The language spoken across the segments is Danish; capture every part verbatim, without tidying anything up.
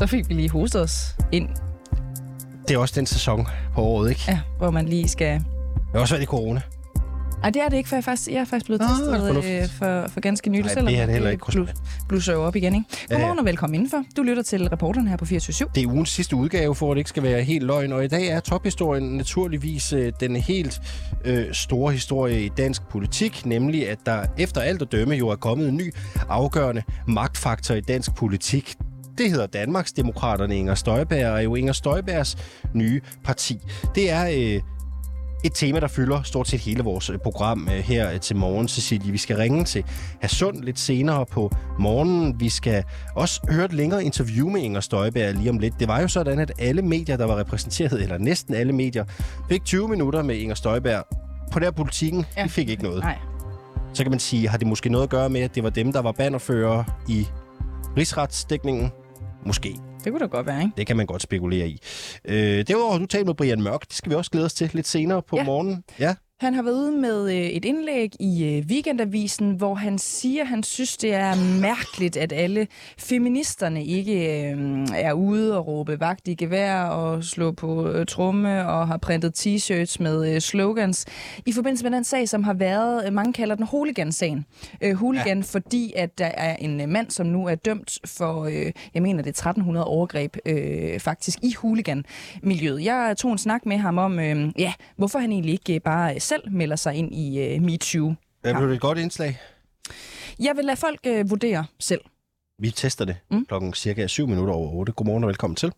Så fik vi lige hostet os ind. Det er også den sæson på året, ikke? Ja, hvor man lige skal... Det har også været i corona. Nej, det er det ikke, for jeg er faktisk, jeg er faktisk blevet testet øh, for, for ganske nylig. Nej, det er det heller ikke. Blu, blusser jo op igen, ikke? Godmorgen ja, ja. Og velkommen indenfor. Du lytter til Reporteren her på fireogtyve syv. Det er ugens sidste udgave, for at det ikke skal være helt løgn. Og i dag er tophistorien naturligvis øh, den helt øh, store historie i dansk politik, nemlig at der efter alt at dømme jo er kommet en ny afgørende magtfaktor i dansk politik. Det hedder Danmarksdemokraterne. Inger Støjberg og jo Inger Støjbergs nye parti. Det er... Øh, Et tema, der fylder stort set hele vores program her til morgen, Cecilie. Vi skal ringe til Hadsund lidt senere på morgenen. Vi skal også høre et længere interview med Inger Støjberg lige om lidt. Det var jo sådan, at alle medier, der var repræsenteret, eller næsten alle medier, fik tyve minutter med Inger Støjberg. På der politikken, ja. De fik ikke noget. Nej. Så kan man sige, har det måske noget at gøre med, at det var dem, der var bannerførere i rigsretsdækningen? Måske. Det kunne da godt være, ikke? Det kan man godt spekulere i. Øh, derudover har du talt med Brian Mørk. Det skal vi også glæde os til lidt senere på ja. morgenen. Ja. Han har været ude med et indlæg i Weekendavisen, hvor han siger, at han synes, det er mærkeligt, at alle feministerne ikke er ude og råbe vagt i gevær og slå på tromme og har printet t-shirts med slogans i forbindelse med den sag, som har været, mange kalder den hooligan-sagen. Hooligan, ja. Fordi at der er en mand, som nu er dømt for, jeg mener det er tretten hundrede overgreb, faktisk i hooligan-miljøet. Jeg tog en snak med ham om, ja, hvorfor han egentlig ikke bare selv melder sig ind i uh, MeToo. Det blev et godt indslag. Jeg vil lade folk uh, vurdere selv. Vi tester det mm. klokken cirka syv minutter over otte. Godmorgen og velkommen til.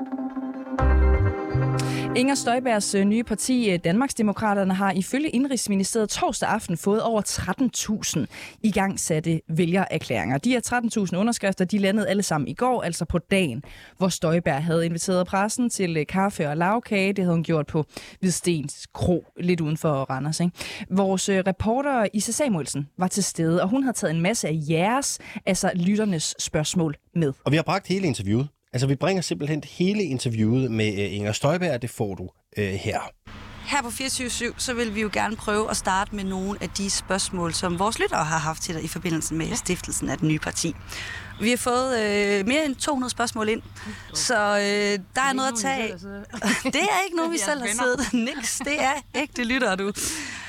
Inger Støjbergs nye parti, Danmarksdemokraterne, har ifølge Indenrigsministeriet torsdag aften fået over tretten tusind igangsatte vælgererklæringer. De her tretten tusind underskrifter, de landede alle sammen i går, altså på dagen, hvor Støjberg havde inviteret pressen til kaffe og lavkage. Det havde hun gjort på Hvidstens Kro, lidt uden for Randers. Ikke? Vores reporter Isa Samuelsen var til stede, og hun har taget en masse af jeres, altså lytternes spørgsmål med. Og vi har bragt hele interviewet. Altså, vi bringer simpelthen hele interviewet med uh, Inger Støjberg, og det får du uh, her. Her på fireogtyve syv, så vil vi jo gerne prøve at starte med nogle af de spørgsmål, som vores lyttere har haft til dig i forbindelse med stiftelsen af det nye parti. Vi har fået øh, mere end to hundrede spørgsmål ind, så øh, der er noget at tage. Det er ikke nogen, vi selv har siddet. Niks, det er ægte lyttere, du.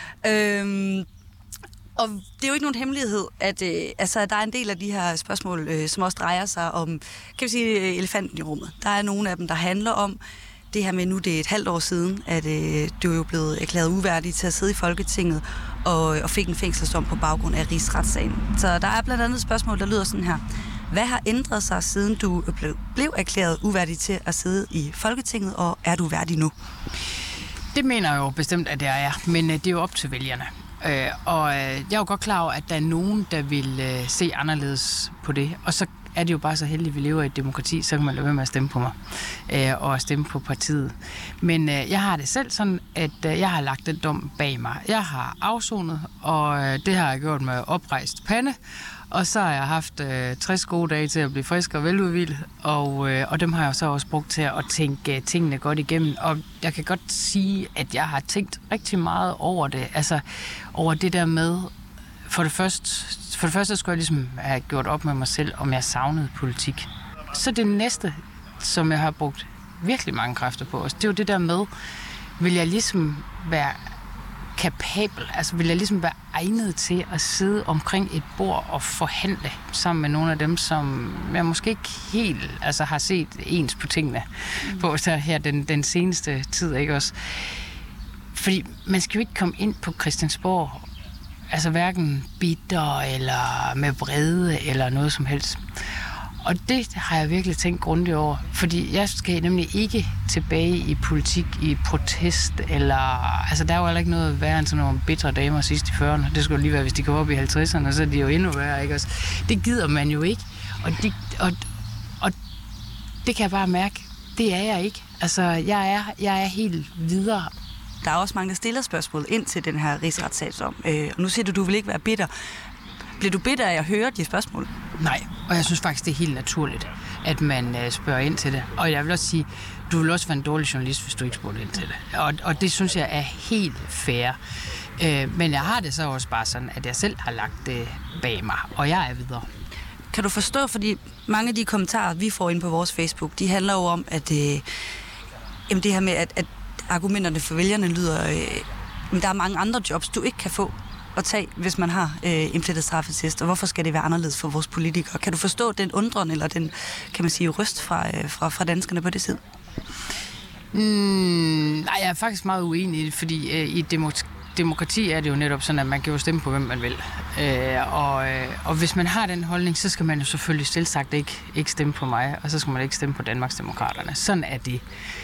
Øhm, Og det er jo ikke nogen hemmelighed, at øh, altså, der er en del af de her spørgsmål, øh, som også drejer sig om, kan vi sige, elefanten i rummet. Der er nogle af dem, der handler om det her med, nu det er et halvt år siden, at øh, du er jo blevet erklæret uværdig til at sidde i Folketinget og, og fik en fængselsdom på baggrund af rigsretssagen. Så der er blandt andet et spørgsmål, der lyder sådan her. Hvad har ændret sig, siden du blev, blev erklæret uværdig til at sidde i Folketinget, og er du værdig nu? Det mener jeg jo bestemt, at jeg er, men øh, det er jo op til vælgerne. Øh, og øh, jeg er jo godt klar over, at der er nogen, der vil øh, se anderledes på det. Og så er det jo bare så heldigt, at vi lever i et demokrati, så kan man lade være med at stemme på mig øh, og stemme på partiet. Men øh, jeg har det selv sådan, at øh, jeg har lagt den dom bag mig. Jeg har afsonet, og øh, det har jeg gjort med oprejst pande. Og så har jeg haft øh, tres gode dage til at blive frisk og veludhvilet, og, øh, og dem har jeg så også brugt til at tænke tingene godt igennem. Og jeg kan godt sige, at jeg har tænkt rigtig meget over det. Altså over det der med, for det første, for det første skulle jeg ligesom have gjort op med mig selv, om jeg savnede politik. Så det næste, som jeg har brugt virkelig mange kræfter på, det er jo det der med, vil jeg ligesom være kapabel, altså vil jeg ligesom være egnet til at sidde omkring et bord og forhandle sammen med nogle af dem, som jeg måske ikke helt altså, har set ens på tingene mm. på så her den, den seneste tid, ikke også? Fordi man skal jo ikke komme ind på Christiansborg, altså hverken bitter eller med vrede eller noget som helst. Og det har jeg virkelig tænkt grundigt over, fordi jeg skal nemlig ikke tilbage i politik i protest, eller altså der er jo heller ikke noget værre end sådan nogle bitre damer sidst i fyrrerne. Det skulle lige være, hvis de kommer op i halvtredserne, så er de jo endnu værre, ikke også? Det gider man jo ikke, og det, og, og det kan jeg bare mærke, det er jeg ikke. Altså, jeg er, jeg er helt videre. Der er også mange, der stiller spørgsmål ind til den her rigsretssagsdom. Øh, og nu siger du, du vil ikke være bitter. Bliver du bitter af at høre de spørgsmål? Nej, og jeg synes faktisk, det er helt naturligt, at man øh, spørger ind til det. Og jeg vil også sige, du vil også være en dårlig journalist, hvis du ikke spørger ind til det. Og, og det synes jeg er helt fair. Øh, men jeg har det så også bare sådan, at jeg selv har lagt det bag mig, og jeg er videre. kan du forstå, fordi mange af de kommentarer, vi får ind på vores Facebook, de handler jo om, at øh, jamen det her med, at, at argumenterne for vælgerne lyder, øh, der er mange andre jobs, du ikke kan få at tage, hvis man har øh, implementeret straffetest, og hvorfor skal det være anderledes for vores politikere? Kan du forstå den undren, eller den, kan man sige, røst fra, øh, fra, fra danskerne på det side? Mm, nej, jeg er faktisk meget uenig i det, fordi øh, i demok- demokrati er det jo netop sådan, at man kan jo stemme på, hvem man vil. Øh, og, øh, og hvis man har den holdning, så skal man jo selvfølgelig selvsagt ikke, ikke stemme på mig, og så skal man ikke stemme på Danmarksdemokraterne. Sådan er det.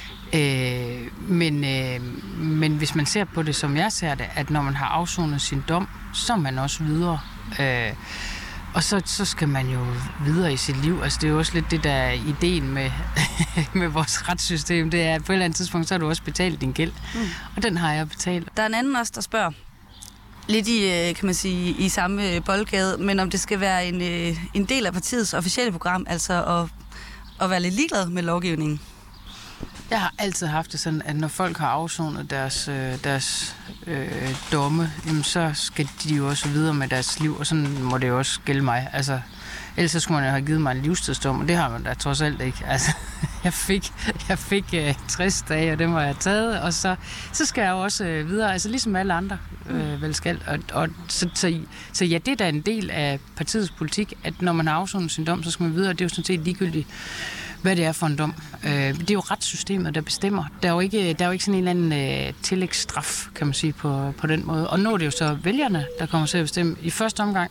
Øh, men, øh, men hvis man ser på det, som jeg ser det, at når man har afsonet sin dom, så er man også videre. Øh, og så, så skal man jo videre i sit liv. Altså det er jo også lidt det, der er ideen med, med vores retssystem. Det er, at på et eller andet tidspunkt, så har du også betalt din gæld. Mm. Og den har jeg betalt. Der er en anden også, der spørger, lidt i, kan man sige, i samme boldgade, men om det skal være en, en del af partiets officielle program, altså at, at være lidt ligeglad med lovgivningen. Jeg har altid haft det sådan, at når folk har afsonet deres, øh, deres øh, domme, jamen, så skal de jo også videre med deres liv, og sådan må det jo også gælde mig. Altså, ellers så skulle man jo have givet mig en livstidsdom, og det har man da trods alt ikke. Altså, jeg fik, jeg fik øh, tres dage, og dem har jeg taget, og så, så skal jeg jo også øh, videre, altså ligesom alle andre øh, vel skal. Og, og, så, så, så ja, det er da en del af partiets politik, at når man har afsonet sin dom, så skal man videre, og det er jo sådan set ligegyldigt, hvad det er for en dom. Øh, det er jo retssystemet, der bestemmer. Der er jo ikke, der er jo ikke sådan en eller anden øh, tillægsstraf, kan man sige, på, på den måde. Og nu er det jo så vælgerne, der kommer til at bestemme. I første omgang,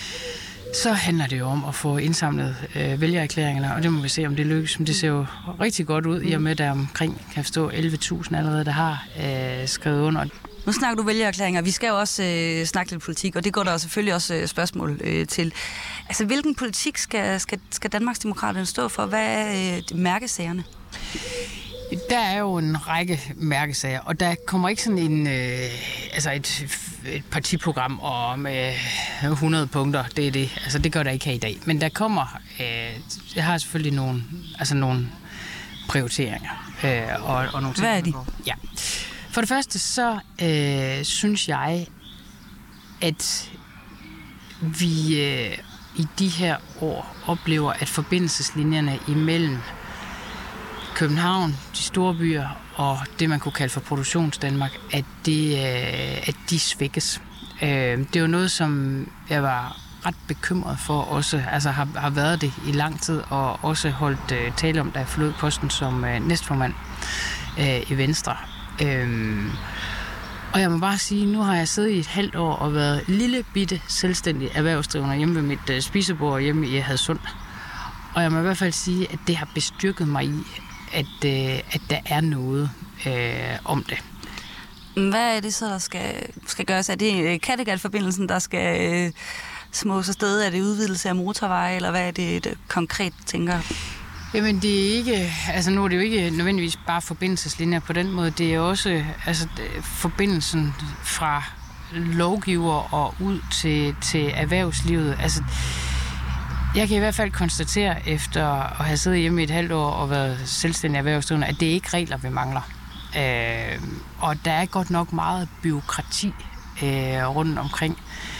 så handler det jo om at få indsamlet øh, vælgererklæringerne, og det må vi se, om det lykkes. Men det ser jo rigtig godt ud, i og med, at der er omkring, kan jeg forstå, elleve tusind allerede, der har øh, skrevet under. Nu snakker du vælgererklæringer. Vi skal jo også øh, snakke lidt politik, og det går der selvfølgelig også øh, spørgsmål øh, til. Altså, hvilken politik skal, skal, skal Danmarksdemokraterne stå for? Hvad er øh, mærkesagerne? Der er jo en række mærkesager, og der kommer ikke sådan en, øh, altså et, et partiprogram og med hundrede punkter, det er det. Altså, det gør der ikke her i dag. Men der kommer, øh, jeg har selvfølgelig nogle, altså nogle prioriteringer. Øh, og, og nogle ting, hvad er de? Ja. For det første, så øh, synes jeg, at vi øh, i de her år oplever, at forbindelseslinjerne imellem København, de store byer og det, man kunne kalde for produktionsdanmark, at, det, øh, at de svækkes. Øh, det er jo noget, som jeg var ret bekymret for også, altså har, har været det i lang tid, og også holdt øh, tale om, da jeg forlod posten som øh, næstformand øh, i Venstre. Øhm, og jeg må bare sige, nu har jeg siddet i et halvt år og været lille bitte selvstændig erhvervsdrivende hjemme ved mit øh, spisebord hjemme i Hadsund. Og jeg må i hvert fald sige, at det har bestyrket mig i, at, øh, at der er noget øh, om det. Hvad er det så, der skal, skal gøres? Er det Kattegat-forbindelsen, der skal øh, smås afsted? Er det udvidelse af motorveje, eller hvad er det, det konkret tænker? Jamen det er ikke, altså nu er det jo ikke nødvendigvis bare forbindelseslinjer på den måde, det er også altså, forbindelsen fra lovgiver og ud til, til erhvervslivet. Altså, jeg kan i hvert fald konstatere, efter at have siddet hjemme i et halvt år og været selvstændig erhvervsdrivende, at det er ikke regler, vi mangler. Øh, og der er godt nok meget bureaukrati øh, rundt omkring.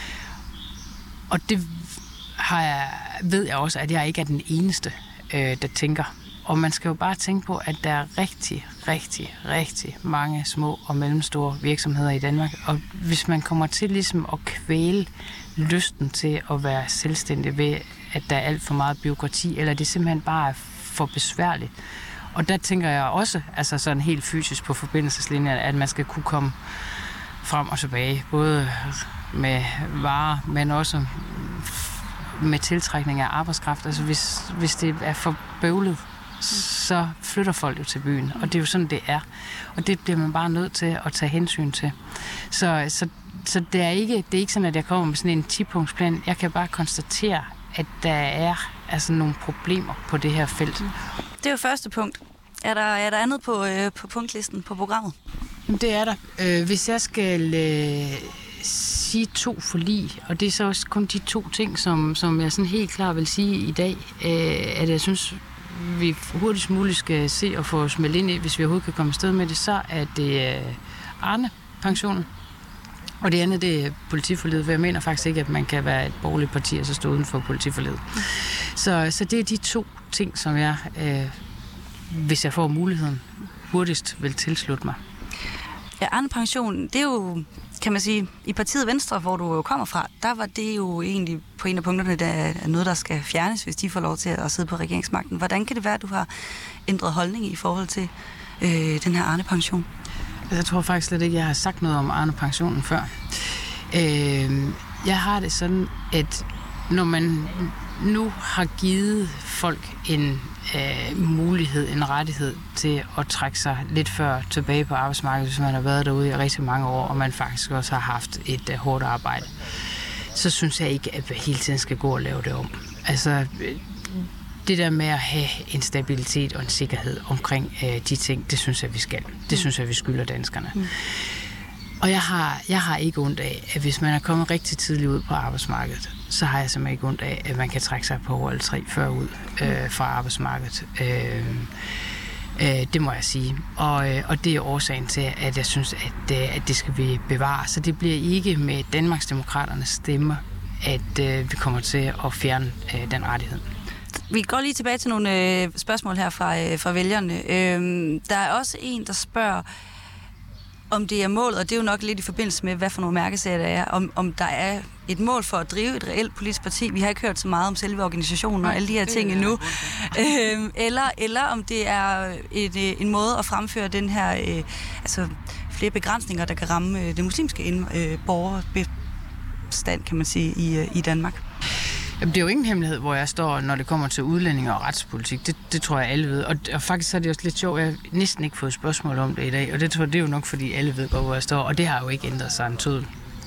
Og det har jeg, ved jeg også, at jeg ikke er den eneste, der tænker. Og man skal jo bare tænke på, at der er rigtig, rigtig, rigtig mange små og mellemstore virksomheder i Danmark. Og hvis man kommer til ligesom at kvæle lysten til at være selvstændig ved, at der er alt for meget bureaukrati, eller det simpelthen bare er for besværligt. Og der tænker jeg også, altså sådan helt fysisk på forbindelseslinjer, at man skal kunne komme frem og tilbage, både med varer, men også med tiltrækning af arbejdskraft. Altså hvis, hvis det er for bøvlet, så flytter folk jo til byen. Og det er jo sådan, det er. Og det bliver man bare nødt til at tage hensyn til. Så, så, så det, er ikke, det er ikke sådan, at jeg kommer med sådan en ti-punktsplan. Jeg kan bare konstatere, at der er altså nogle problemer på det her felt. Det er jo første punkt. Er der, er der andet på, øh, på punktlisten på programmet? Det er der. Øh, hvis jeg skal øh, sige to forlig, og det er så også kun de to ting, som, som jeg sådan helt klart vil sige i dag, øh, at jeg synes, vi hurtigst muligt skal se og få smeldt ind i, hvis vi overhovedet kan komme afsted med det, så er det øh, Arne-pensionen. Og det andet, det er politiforliget, for jeg mener faktisk ikke, at man kan være et borgerligt parti og så stå uden for politiforliget. Så, så det er de to ting, som jeg, øh, hvis jeg får muligheden, hurtigst vil tilslutte mig. Ja, Arne-pension, det er jo, kan man sige, i partiet Venstre, hvor du jo kommer fra, der var det jo egentlig på en af punkterne, der er noget, der skal fjernes, hvis de får lov til at sidde på regeringsmagten. Hvordan kan det være, at du har ændret holdning i forhold til øh, den her Arne-pension? Jeg tror faktisk slet ikke, jeg har sagt noget om Arne-pensionen før. Øh, jeg har det sådan, at når man nu har givet folk en øh, mulighed, en rettighed til at trække sig lidt før tilbage på arbejdsmarkedet, hvis man har været derude i rigtig mange år, og man faktisk også har haft et øh, hårdt arbejde, så synes jeg ikke, at vi hele tiden skal gå og lave det om. Altså, det der med at have en stabilitet og en sikkerhed omkring øh, de ting, det synes jeg, vi skal. Det synes jeg, vi skylder danskerne. Mm. Og jeg har, jeg har ikke ondt af, at hvis man er kommet rigtig tidligt ud på arbejdsmarkedet, så har jeg simpelthen ikke ondt af, at man kan trække sig på år eller tre før ud øh, fra arbejdsmarkedet. Øh, øh, det må jeg sige. Og, øh, og det er årsagen til, at jeg synes, at, øh, at det skal vi bevare. Så det bliver ikke med Danmarksdemokraternes stemme, at øh, vi kommer til at fjerne øh, den rettighed. Vi går lige tilbage til nogle øh, spørgsmål her fra, øh, fra vælgerne. Øh, der er også en, der spørger, om det er målet, og det er jo nok lidt i forbindelse med, hvad for nogle mærkesager der er, om, om der er et mål for at drive et reelt politisk parti. Vi har ikke hørt så meget om selve organisationen og alle de her ting endnu. Øh, eller, eller om det er et, en måde at fremføre den her, øh, altså flere begrænsninger, der kan ramme øh, det muslimske ind, øh, borgerbestand, kan man sige, i, i Danmark. Jamen, det er jo ingen hemmelighed, hvor jeg står, når det kommer til udlændinge og retspolitik. Det, det tror jeg, alle ved. Og, og faktisk er det også lidt sjovt. Jeg har næsten ikke fået spørgsmål om det i dag. Og det tror jeg, det er jo nok, fordi alle ved godt, hvor jeg står. Og det har jo ikke ændret sig en tødel.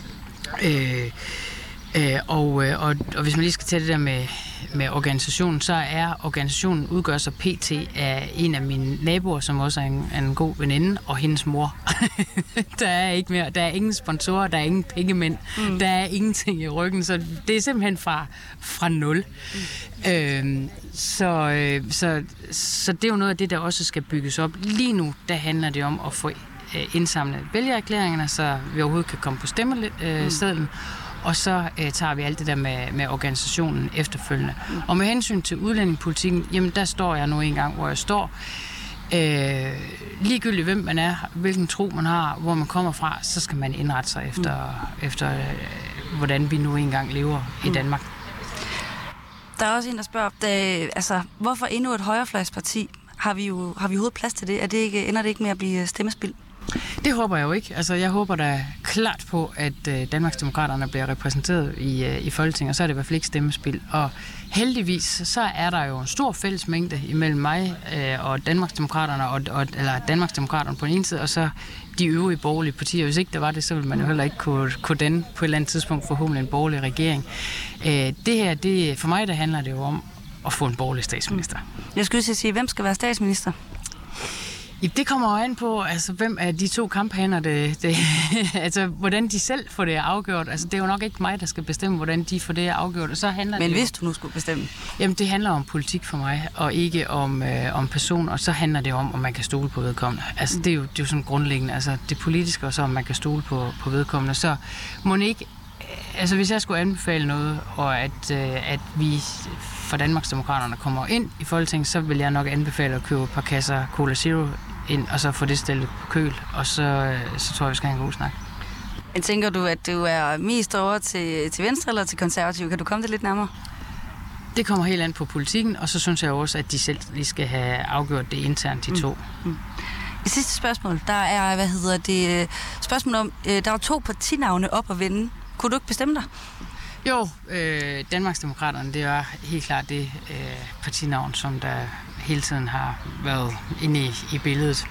Øh, øh, og, og, og hvis man lige skal tage det der med, med organisationen, så er organisationen udgør sig pt. Af en af mine naboer, som også er en, en god veninde, og hendes mor. Der er ikke mere. Der er ingen sponsorer, der er ingen pengemænd, mm. der er ingenting i ryggen, så det er simpelthen fra, fra nul. Mm. Øhm, så, øh, så, så det er jo noget af det, der også skal bygges op. Lige nu, der handler det om at få øh, indsamlet vælgererklæringerne, så vi overhovedet kan komme på stemmesedlen. Mm. Og så øh, tager vi alt det der med, med organisationen efterfølgende. Mm. Og med hensyn til udlændingepolitikken, jamen der står jeg nu engang, hvor jeg står. Øh, ligegyldigt hvem man er, hvilken tro man har, hvor man kommer fra, så skal man indrette sig efter, mm. efter øh, hvordan vi nu engang lever mm. i Danmark. Der er også en, der spørger, det, altså, hvorfor endnu et højrefløjsparti? Har vi jo har vi overhovedet plads til det? Er det ikke, ender det ikke med at blive stemmespild? Det håber jeg jo ikke. Altså, jeg håber da klart på, at øh, Danmarksdemokraterne bliver repræsenteret i, øh, i Folketinget, og så er det i hvert fald ikke stemmespil. Og heldigvis, så er der jo en stor fællesmængde imellem mig øh, og Danmarksdemokraterne, og, og, eller Danmarksdemokraterne på den ene side, og så de øvrige borgerlige partier. Hvis ikke der var det, så ville man jo heller ikke kunne, kunne danne på et eller andet tidspunkt forhåbentlig en borgerlig regering. Øh, det her, det, for mig, der handler det jo om at få en borgerlig statsminister. Jeg skulle sige, hvem skal være statsminister? Det kommer jo an på, altså, hvem er de to kamphaner, det, det, altså, hvordan de selv får det afgjort. Altså, det er jo nok ikke mig, der skal bestemme, hvordan de får det afgjort. Og så handler Men det hvis jo, du nu skulle bestemme? Jamen, det handler om politik for mig, og ikke om, øh, om person, og så handler det om, om man kan stole på vedkommende. Altså, det er jo, det er jo sådan grundlæggende, altså, det politiske, og så om man kan stole på, på vedkommende. Så må ikke, altså, hvis jeg skulle anbefale noget, og at, øh, at vi fra Danmarksdemokraterne kommer ind i Folketinget, så vil jeg nok anbefale at købe et par kasser Cola Zero ind, og så få det stillet på køl, og så, så tror jeg, vi skal have en god snak. Men tænker du, at du er mest over til, til venstre eller til konservativ? Kan du komme det lidt nærmere? Det kommer helt an på politikken, og så synes jeg også, at de selv lige skal have afgjort det internt, de to. Mm. Mm. Det sidste spørgsmål, der er, hvad hedder det, spørgsmål om, der er to partinavne op at vende. Kunne du ikke bestemme dig? Jo, øh, Danmarksdemokraterne, det var helt klart det øh, partinavn, som der hele tiden har været inde i, i billedet.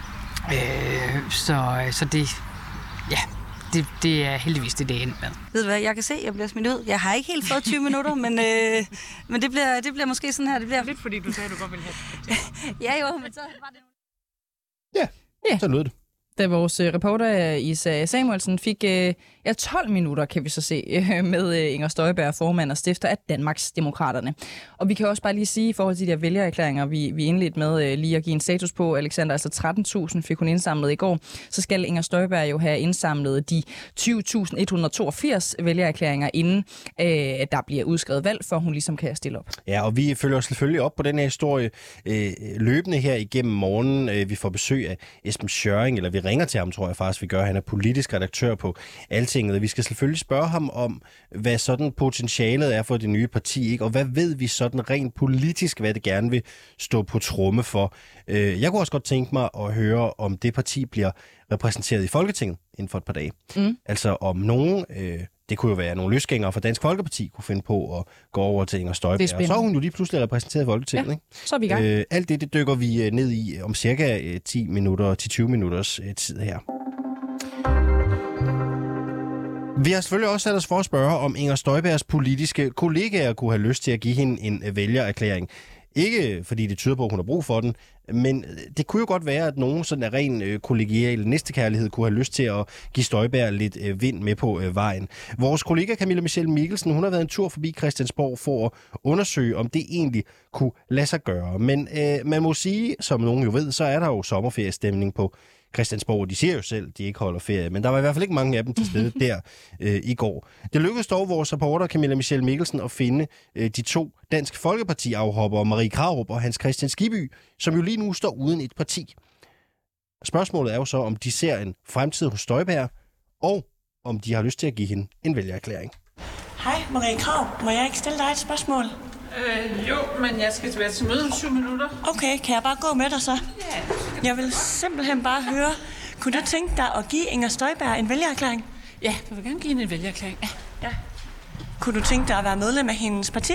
Øh, så, så det, ja, det, det er heldigvis det, det er endt med. Ved du hvad, jeg kan se, jeg bliver smidt ud. Jeg har ikke helt fået tyve minutter, men, øh, men det, bliver, det bliver måske sådan her. Det bliver lidt fordi du sagde, at du godt ville have det. Ja jo, men så var det... Ja, ja, så lød det. Da vores reporter Isa Samuelsen fik ja, tolv minutter, kan vi så se, med Inger Støjberg, formand og stifter af Danmarksdemokraterne. Og vi kan også bare lige sige, i forhold til de der vælgererklæringer, vi, vi indledte med lige at give en status på, Alexander, altså tretten tusind fik hun indsamlet i går, så skal Inger Støjberg jo have indsamlet de tyve tusind et hundrede og toogfirs vælgererklæringer, inden øh, der bliver udskrevet valg, for hun ligesom kan stille op. Ja, og vi følger selvfølgelig op på den her historie øh, løbende her igennem morgenen. Øh, vi får besøg af Esben Schøring, eller vi ringer til ham, tror jeg faktisk, vi gør. Han er politisk redaktør på Altinget, og vi skal selvfølgelig spørge ham om, hvad sådan potentialet er for det nye parti, ikke? Og hvad ved vi sådan rent politisk, hvad det gerne vil stå på tromme for. Jeg kunne også godt tænke mig at høre, om det parti bliver repræsenteret i Folketinget inden for et par dage. Mm. Altså om nogen, øh, det kunne jo være nogle løsgængere fra Dansk Folkeparti, kunne finde på at gå over til Inger Støjberg. Så er hun jo lige pludselig repræsenteret i Folketinget. Ja, ikke? Så er vi i gang. Øh, alt det, det dykker vi ned i om cirka ti minutter til tyve minutters øh, tid her. Vi har selvfølgelig også sat os for at spørge, om Inger Støjbergs politiske kollegaer kunne have lyst til at give hende en vælgererklæring. Ikke fordi det tyder på, at hun har brug for den, men det kunne jo godt være, at nogen sådan af ren øh, kollegial næstekærlighed kunne have lyst til at give Støjberg lidt øh, vind med på øh, vejen. Vores kollega Camilla Michelle Mikkelsen, hun har været en tur forbi Christiansborg for at undersøge, om det egentlig kunne lade sig gøre. Men øh, man må sige, som nogen jo ved, så er der jo sommerferiestemning på Christiansborg. De siger jo selv, at de ikke holder ferie, men der var i hvert fald ikke mange af dem til stede der øh, i går. Det lykkedes dog vores reporter Camilla Michelle Mikkelsen at finde øh, de to Dansk Folkeparti-afhoppere, Marie Krarup og Hans Kristian Skibby, som jo lige nu står uden et parti. Spørgsmålet er jo så, om de ser en fremtid hos Støjberg, og om de har lyst til at give hende en vælgererklæring. Hej, Marie Krarup. Må jeg ikke stille dig et spørgsmål? Øh, jo, men jeg skal være til møde om syv minutter. Okay, kan jeg bare gå med dig så? Ja. Jeg vil simpelthen bare høre, kunne du tænke dig at give Inger Støjberg en vælgererklæring? Ja, jeg vil gerne give hende en vælgererklæring. Ja. Ja. Kunne du tænke dig at være medlem af hendes parti?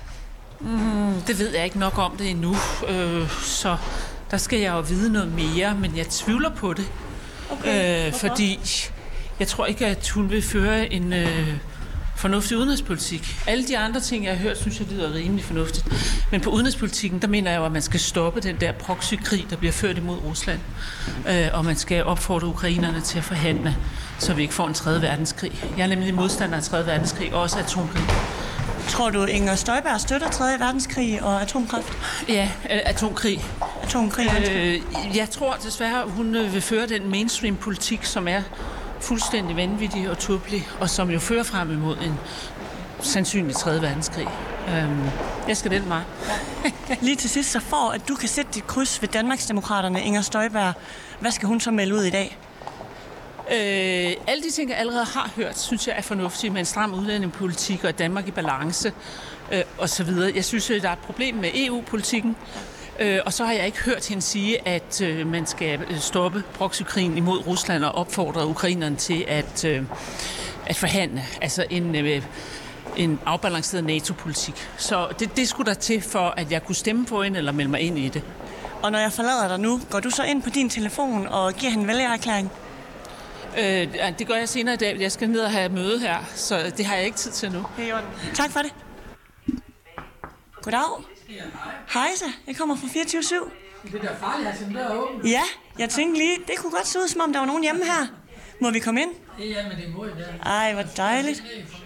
Mm, det ved jeg ikke nok om det endnu, øh, så der skal jeg jo vide noget mere, men jeg tvivler på det. Okay, øh, fordi jeg tror ikke, at hun vil føre en øh, fornuftig udenrigspolitik. Alle de andre ting, jeg har hørt, synes jeg lyder rimelig fornuftigt. Men på udenrigspolitikken, der mener jeg jo, at man skal stoppe den der proxykrig, der bliver ført imod Rusland. Øh, og man skal opfordre ukrainerne til at forhandle, så vi ikke får en tredje verdenskrig. Jeg er nemlig modstander af tredje verdenskrig, og også atomkrig. Tror du, Inger Støjberg støtter tredje verdenskrig og atomkraft? Ja, atomkrig. Atomkrig, øh, Jeg tror desværre, hun vil føre den mainstream-politik, som er fuldstændig vanvittig og tåbelig, og som jo fører frem imod en sandsynlig tredje verdenskrig. Øhm, jeg skal den mig. Lige til sidst, så for at du kan sætte dit kryds ved Danmarksdemokraterne, Inger Støjberg, hvad skal hun så melde ud i dag? Øh, alle de ting, jeg allerede har hørt, synes jeg er fornuftige, med en stram udlændingepolitik og Danmark i balance øh, osv. Jeg synes, der er et problem med E U-politikken, øh, og så har jeg ikke hørt hende sige, at øh, man skal stoppe proxykrigen imod Rusland og opfordre ukrainerne til at, øh, at forhandle. Altså en, øh, en afbalanceret NATO-politik. Så det, det skulle der til for, at jeg kunne stemme på hende eller melde mig ind i det. Og når jeg forlader dig nu, går du så ind på din telefon og giver hende en vælgererklæring? Øh, det gør jeg senere i dag. Jeg skal ned og have møde her, så det har jeg ikke tid til nu. Tak for det. Goddag. Hej så, jeg kommer fra fireogtyve syv. Det er da farligt, at den er åben. Ja, jeg tænkte lige, det kunne godt se ud, som om der var nogen hjemme her. Må vi komme ind? Ja, men det må jeg da. Ej, hvor dejligt.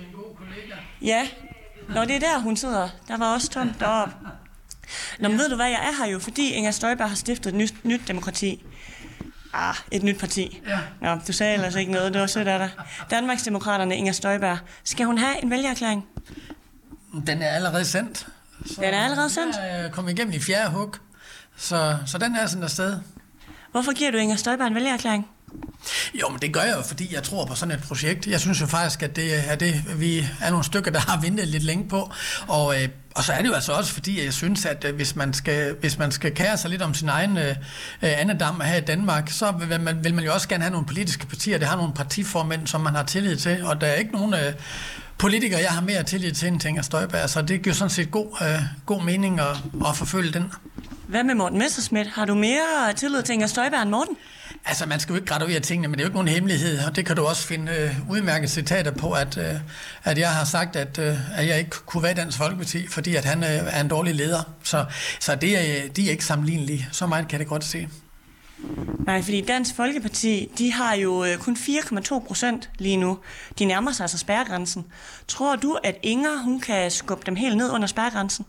Ja, når det er der, hun sidder. Der var også tomt deroppe. Nå, men ved du hvad, jeg er her jo, fordi Inger Støjberg har stiftet et nyt, nyt demokrati. Ah, et nyt parti. Ja. Nå, du sagde ellers ikke noget, det var sødt af dig. Danmarksdemokraterne, Inger Støjberg. Skal hun have en vælgererklæring? Den er allerede sendt. Så den er allerede sendt? Jeg er kommet igennem i fjerde hug, så, så den er sendt afsted. Hvorfor giver du Inger Støjberg en vælgererklæring? Jo, men det gør jeg jo, fordi jeg tror på sådan et projekt. Jeg synes jo faktisk, at det er det, vi er nogle stykker, der har ventet lidt længe på. Og, øh, og så er det jo altså også, fordi jeg synes, at øh, hvis, man skal, hvis man skal kære sig lidt om sin egen øh, andedam her i Danmark, så vil man, vil man jo også gerne have nogle politiske partier. Det har nogle partiformænd, som man har tillid til, og der er ikke nogen øh, politikere, jeg har mere tillid til end Inger Støjberg. Så det giver sådan set god, øh, god mening at, at forfølge den. Hvad med Morten Messerschmidt? Har du mere tillid til Inger Støjberg end Morten? Altså, man skal jo ikke graduere tingene, men det er jo ikke nogen hemmelighed, og det kan du også finde øh, udmærket citater på, at, øh, at jeg har sagt, at, øh, at jeg ikke kunne være i Dansk Folkeparti, fordi at han øh, er en dårlig leder. Så, så det er, de er ikke sammenlignelige. Så meget kan det godt se. Nej, fordi Dansk Folkeparti, de har jo kun fire komma to procent lige nu. De nærmer sig altså spærregrænsen. Tror du, at Inger, hun kan skubbe dem helt ned under spærregrænsen?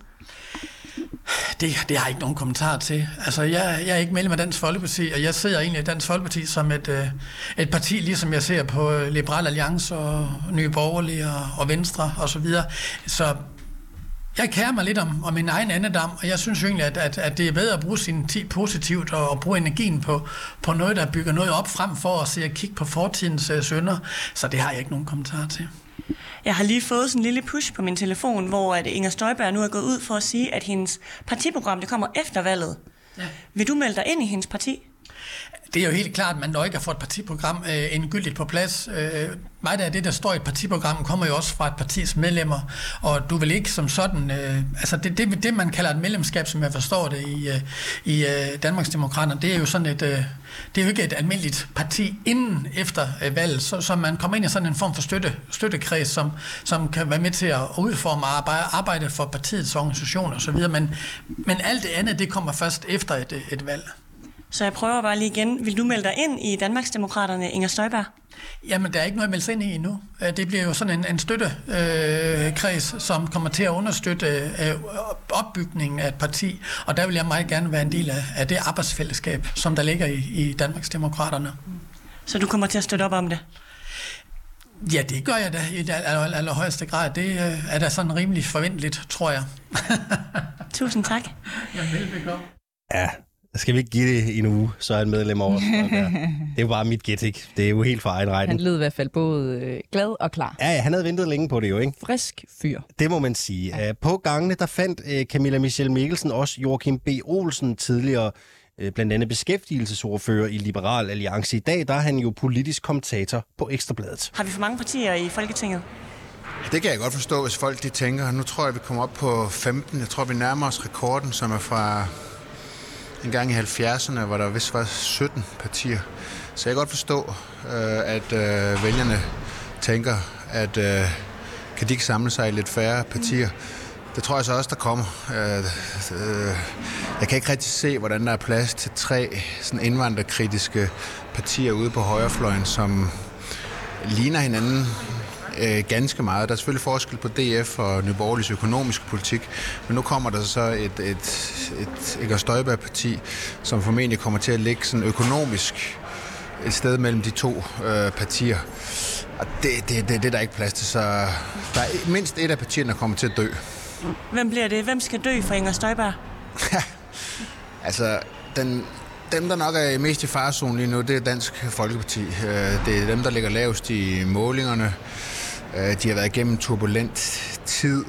Det, det har jeg ikke nogen kommentar til. Altså, jeg, jeg er ikke medlem af Dansk Folkeparti, og jeg ser egentlig Dansk Folkeparti som et, et parti, ligesom jeg ser på Liberal Alliance og Nye Borgerlige og, og Venstre og så videre. Så jeg kærer mig lidt om, om min egen andedam, og jeg synes jo egentlig, at, at, at det er bedre at bruge sin tid positivt og, og bruge energien på, på noget, der bygger noget op frem for at se og kigge på fortidens uh, synder. Så det har jeg ikke nogen kommentar til. Jeg har lige fået sådan en lille push på min telefon, hvor at Inger Støjberg nu er gået ud for at sige, at hendes partiprogram det kommer efter valget. Ja. Vil du melde dig ind i hendes parti? Det er jo helt klart, at man når ikke har fået et partiprogram øh, endegyldigt på plads. Øh, meget af det, der står i et partiprogram, kommer jo også fra et partis medlemmer, og du vil ikke som sådan... Øh, altså det, det, det, man kalder et medlemskab, som jeg forstår det i, øh, i øh, Danmarksdemokraterne, det er jo sådan et... Øh, det er jo ikke et almindeligt parti inden efter øh, valget, så, så man kommer ind i sådan en form for støtte, støttekreds, som, som kan være med til at udforme og arbejde, arbejde for partiets organisation og så videre, men, men alt det andet, det kommer først efter et, et valg. Så jeg prøver bare lige igen. Vil du melde dig ind i Danmarksdemokraterne, Inger Støjberg? Jamen, der er ikke noget at melde sig ind i endnu. Det bliver jo sådan en, en støttekreds, øh, som kommer til at understøtte øh, opbygningen af et parti, og der vil jeg meget gerne være en del af, af det arbejdsfællesskab, som der ligger i, i Danmarksdemokraterne. Så du kommer til at støtte op om det? Ja, det gør jeg da i aller, allerhøjeste grad. Det øh, er da sådan rimelig forventeligt, tror jeg. Tusind tak. Ja, velbekomme. Ja. Skal vi ikke give det en uge, så er han medlem over. Det er jo bare mit gæt, ikke? Det er jo helt for egen regning. Han lød i hvert fald både øh, glad og klar. Ja, ja, han havde ventet længe på det jo, ikke? Frisk fyr. Det må man sige. Ja. På gangene, der fandt øh, Camilla Michelle Mikkelsen også Joachim B. Olsen, tidligere øh, blandt andet beskæftigelsesordfører i Liberal Alliance. I dag, der er han jo politisk kommentator på Ekstra Bladet. Har vi for mange partier i Folketinget? Det kan jeg godt forstå, hvis folk de tænker. Nu tror jeg, vi kommer op på femten. Jeg tror, vi nærmer os rekorden, som er fra... En gang i halvfjerdserne, hvor der vist var sytten partier. Så jeg kan godt forstå, øh, at øh, vælgerne tænker, at øh, kan de ikke samle sig i lidt færre partier. Det tror jeg så også, der kommer. Øh, øh, jeg kan ikke rigtig se, hvordan der er plads til tre sådan indvandrerkritiske partier ude på højrefløjen, som ligner hinanden øh, ganske meget. Der er selvfølgelig forskel på D F og Nye Borgerliges økonomiske politik, men nu kommer der så et, et, et Inger Støjberg-parti, som formentlig kommer til at ligge sådan økonomisk et sted mellem de to øh, partier. Og det, det, det, det er der ikke plads til, så der er mindst et af partierne, der kommer til at dø. Hvem bliver det? Hvem skal dø for Inger Støjberg? altså, den... Dem, der nok er mest i farezonen lige nu, det er Dansk Folkeparti. Det er dem, der ligger lavest i målingerne. De har været igennem turbulent tid.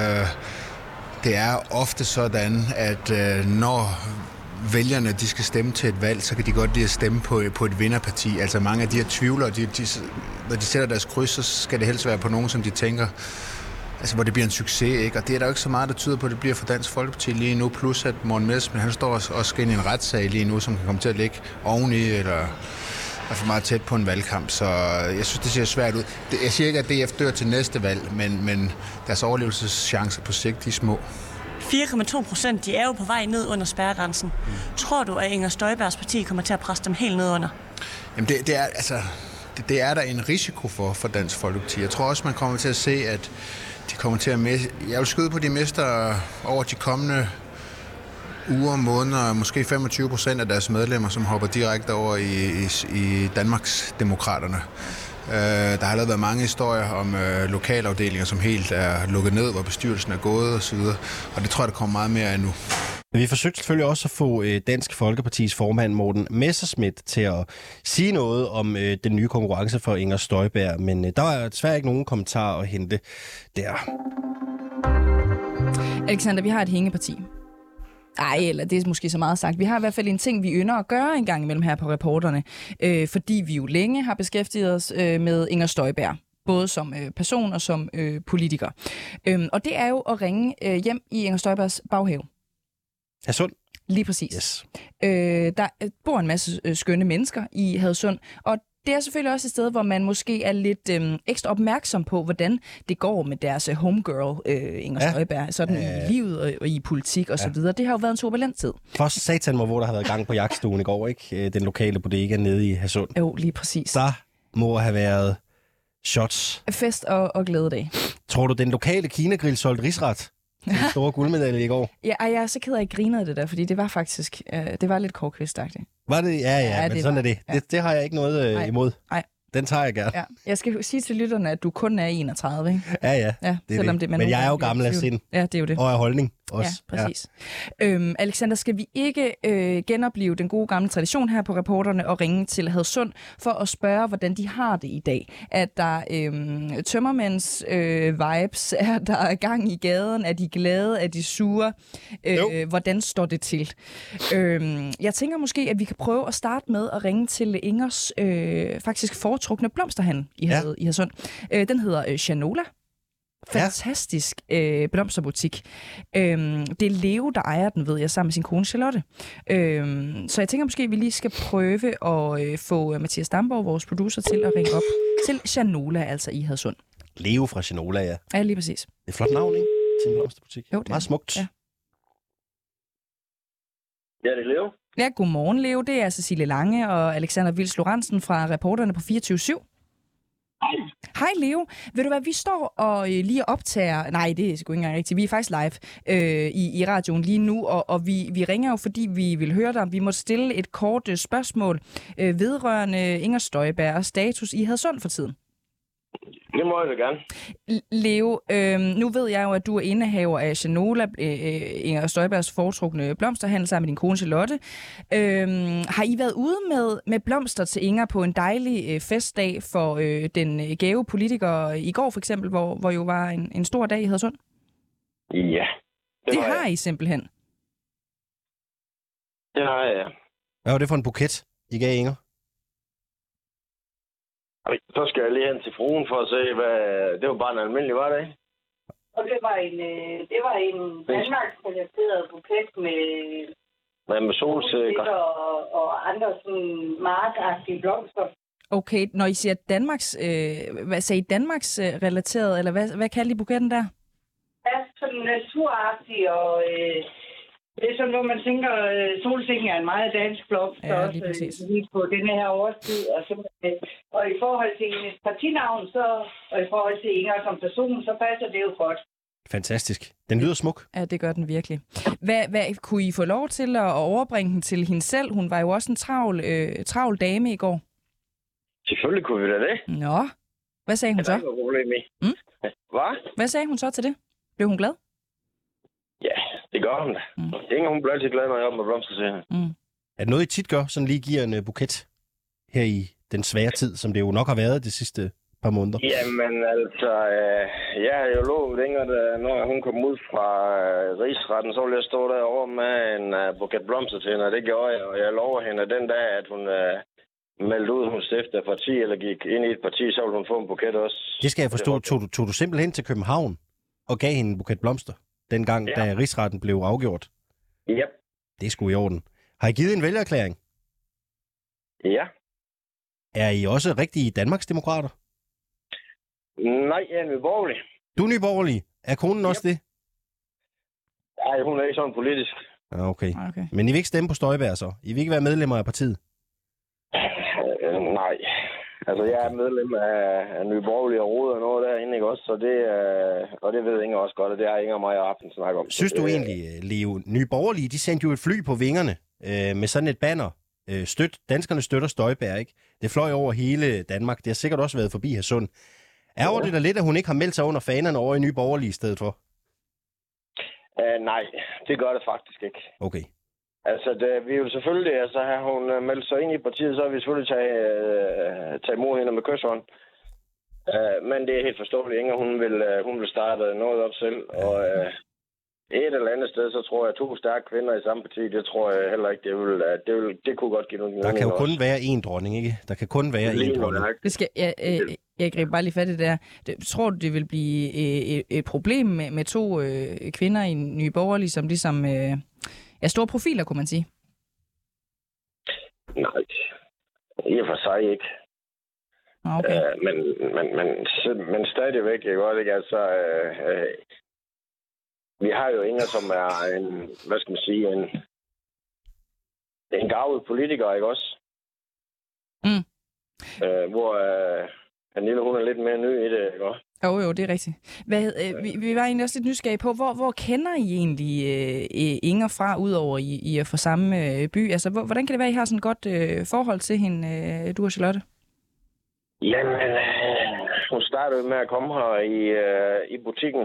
Det er ofte sådan, at når vælgerne de skal stemme til et valg, så kan de godt lide at stemme på, på et vinderparti. Altså mange af de her tvivlere, de, de, når de sætter deres kryds, så skal det helst være på nogen, som de tænker, altså hvor det bliver en succes, ikke? Og det er der jo ikke så meget, der tyder på, at det bliver for Dansk Folkeparti lige nu, plus at Morten Messerschmidt, han står også skal ind i en retssag lige nu, som kan komme til at ligge oveni, eller er for meget tæt på en valgkamp, så jeg synes, det ser svært ud. Jeg siger ikke, at D F dør til næste valg, men, men deres overlevelseschancer på sigt, de er små. fire komma to procent, de er jo på vej ned under spærregrænsen. Mm. Tror du, at Inger Støjbergs parti kommer til at presse dem helt ned under? Jamen det, det er altså... Det, det er der en risiko for, for Dansk Folkeparti. Jeg tror også, man kommer til at se, at de kommer til at miste... Jeg vil skyde på, at de mister over de kommende uger, måneder, måske femogtyve procent af deres medlemmer, som hopper direkte over i, i, i Danmarksdemokraterne. Uh, der har været mange historier om uh, lokalafdelinger, som helt er lukket ned, hvor bestyrelsen er gået osv. Og det tror jeg, der kommer meget mere af nu. Vi forsøgte selvfølgelig også at få øh, Dansk Folkepartis formand Morten Messerschmidt til at sige noget om øh, den nye konkurrence for Inger Støjberg, men øh, der var desværre ikke nogen kommentar at hente der. Alexander, vi har et hængeparti. Ej, eller det er måske så meget sagt. Vi har i hvert fald en ting, vi ynder at gøre en gang imellem her på Reporterne, øh, fordi vi jo længe har beskæftiget os øh, med Inger Støjberg, både som øh, person og som øh, politiker. Øh, og det er jo at ringe øh, hjem i Inger Støjbergs baghave. Hadsund? Lige præcis. Yes. Øh, der bor en masse øh, skønne mennesker i Hadsund, og det er selvfølgelig også et sted, hvor man måske er lidt øhm, ekstra opmærksom på, hvordan det går med deres homegirl, øh, Inger ja. Støjberg, sådan øh. i livet og, og i politik og ja. så videre. Det har jo været en turbulent tid. For satan mig, hvor der har været gang på jagtstuen i går, ikke? Den lokale bodega nede i Hadsund. Jo, lige præcis. Der må have været shots. Fest og, og glædedag. Tror du, den lokale Kina-grill solgte risret? Den store guldmedalje i går. Ja, og jeg er så ked af, at jeg grinede det der, fordi det var faktisk, øh, det var lidt Kårkvist-agtigt. Var det? Ja, ja, ja men sådan var, er det. Ja. det. Det har jeg ikke noget øh, imod. Nej. Den tager jeg gerne. Ja. Jeg skal sige til lytterne, at du kun er enogtredive, ikke? Ja, ja. ja det er det. Det, men jeg er jo gammel af sind. Ja, det er jo det. Og af holdning også. Ja, præcis. Ja. Øhm, Alexander, skal vi ikke øh, genopleve den gode gamle tradition her på Reporterne og ringe til Hadsund for at spørge, hvordan de har det i dag? At der øh, tømmermænds øh, vibes, er der gang i gaden, er de glade, er de sure? Øh, hvordan står det til? Øh, jeg tænker måske, at vi kan prøve at starte med at ringe til Ingers øh, faktisk foretrukne blomsterhandel i, ja. i Hadsund. Øh, den hedder øh, Shanola. Fantastisk øh, blomsterbutik. Øhm, det er Leo, der ejer den, ved jeg, sammen med sin kone Charlotte. Øhm, så jeg tænker måske, at vi lige skal prøve at øh, få Mathias Damborg, vores producer, til at ringe op til Shanola, altså i Hadsund. Leo fra Shanola, ja. Ja, lige præcis. Det er et flot navn, ikke? Til en blomsterbutik. Jo, det meget smukt. Ja. ja, det er Leo. Ja, godmorgen, Leo. Det er Cecilie Lange og Alexander Vils Lorentzen fra Reporterne på fireogtyve syv. Hej. Hej Leo. Ved du hvad, vi står og øh, lige optager... Nej, det er sgu ikke engang rigtigt. Vi er faktisk live øh, i, i radioen lige nu, og, og vi, vi ringer jo, fordi vi vil høre dig. Vi må stille et kort øh, spørgsmål øh, vedrørende Inger Støjberg og status i Hadsund for tiden. Det må jeg da gerne. Leo, øh, nu ved jeg jo, at du er indehaver af Shanola, øh, Inger Støjbergs foretrukne blomsterhandel sammen med din kone Charlotte. Øh, har I været ude med, med blomster til Inger på en dejlig øh, festdag for øh, den gave politiker i går for eksempel, hvor, hvor jo var en, en stor dag i Hadsund? Ja. Det, det har jeg. I simpelthen. Det har jeg, ja. Hvad var det for en buket, I gav Inger? Så skal jeg lige hen til fruen for at se, hvad... Det var bare en almindelig, var det ikke? Og det var en, det var en Danmarks-relateret buket med... Med, med solsikker. Og, og andre sådan markagtige blomster. Okay, når I siger Danmarks... Øh, hvad sagde I? Danmarks-relateret, eller hvad, hvad kalder I buketten der? Ja, sådan naturagtig og... Øh, det er sådan, hvor man tænker, at solsikken er en meget dansk blomst, ja, også lige på denne her årstid. Og, så, og i forhold til hendes partinavn, så, og i forhold til Inger som person, så passer det jo godt. Fantastisk. Den lyder smuk. Ja, det gør den virkelig. Hvad, hvad kunne I få lov til at overbringe den til hende selv? Hun var jo også en travl, øh, travl dame i går. Selvfølgelig kunne vi da det. Nå, hvad sagde hun så? Det er ikke problem i. Mm? Hvad? Hvad sagde hun så til det? Blev hun glad? Ja, det gør hun da. Mm. Inger, hun bliver altid glad, når jeg er oppe med blomster til hende. Mm. Er det noget, I tit gør, sådan lige giver en uh, buket her i den svære tid, som det jo nok har været de sidste par måneder? Jamen altså, øh, jeg har jo lovet Inger, at når hun kom ud fra øh, rigsretten, så ville jeg stå derovre med en uh, buket blomster til hende, og det gjorde jeg. Og jeg lover hende, at den dag, at hun øh, meldte ud, hun stiftede parti, eller gik ind i et parti, så ville hun få en buket også. Det skal jeg forstå. Tog du, tog du simpelthen til København og gav hende en buket blomster? Dengang, ja. Da rigsretten blev afgjort? Ja. Det er sgu i orden. Har I givet en vælgererklæring? Ja. Er I også rigtige Danmarksdemokrater? Nej, jeg er nyborgerlig. Du er nyborgerlig? Er konen yep. også det? Nej, hun er ikke sådan politisk. Ah, okay. okay. Men I vil ikke stemme på Støjberg så? I vil ikke være medlemmer af partiet? Øh, nej. Altså, jeg er medlem af, af Nye Borgerlige og Rode og noget derinde, ikke også? Så det, øh, og det ved Inger også godt, og det har Inger og mig haft en snak om. Synes du det, egentlig, Leo, Nye Borgerlige, de sendte jo et fly på vingerne øh, med sådan et banner. Øh, støt, danskerne støtter Støjberg, ikke? Det fløj over hele Danmark. Det har sikkert også været forbi Hadsund. Ærger ja. det da lidt, at hun ikke har meldt sig under fanerne over i Nye Borgerlige i stedet for? Uh, nej, det gør det faktisk ikke. Okay. Altså, det, vi er jo selvfølgelig, altså har hun uh, meldt sig ind i partiet, så har vi selvfølgelig taget, uh, taget imod hende med kysshånd. Uh, men det er helt forståeligt. Inger, hun vil, uh, hun vil starte noget op selv, og uh, et eller andet sted, så tror jeg, to stærke kvinder i samme parti, det tror jeg heller ikke, det vil, uh, det, vil, det kunne godt give nogle. Der kan jo kun være én dronning, ikke? Der kan kun være én dronning. Det skal, jeg, jeg, jeg griber bare lige fat i det der. Det, tror du, det vil blive et, et problem med, med to øh, kvinder i Nye Borgerlige, som ligesom øh, er store profiler, kunne man sige? Nej, i og for sig ikke. Okay. Øh, men, men, men, men stadigvæk, jeg godt ikke, altså... Øh, øh, vi har jo Inger, som er en, hvad skal man sige, en, en gavet politiker, ikke også? Mm. Øh, hvor øh, Pernille, hun er lidt mere ny i det, ikke også? Jo, jo, det er rigtigt. Hvad, øh, vi, vi var egentlig også lidt nysgerrige på, hvor, hvor kender I egentlig øh, Inger fra, udover I, I er fra samme øh, by? Altså, hvor, hvordan kan det være, I har sådan et godt øh, forhold til hende, øh, du og Charlotte? Jamen, øh, hun startede med at komme her i, øh, i butikken.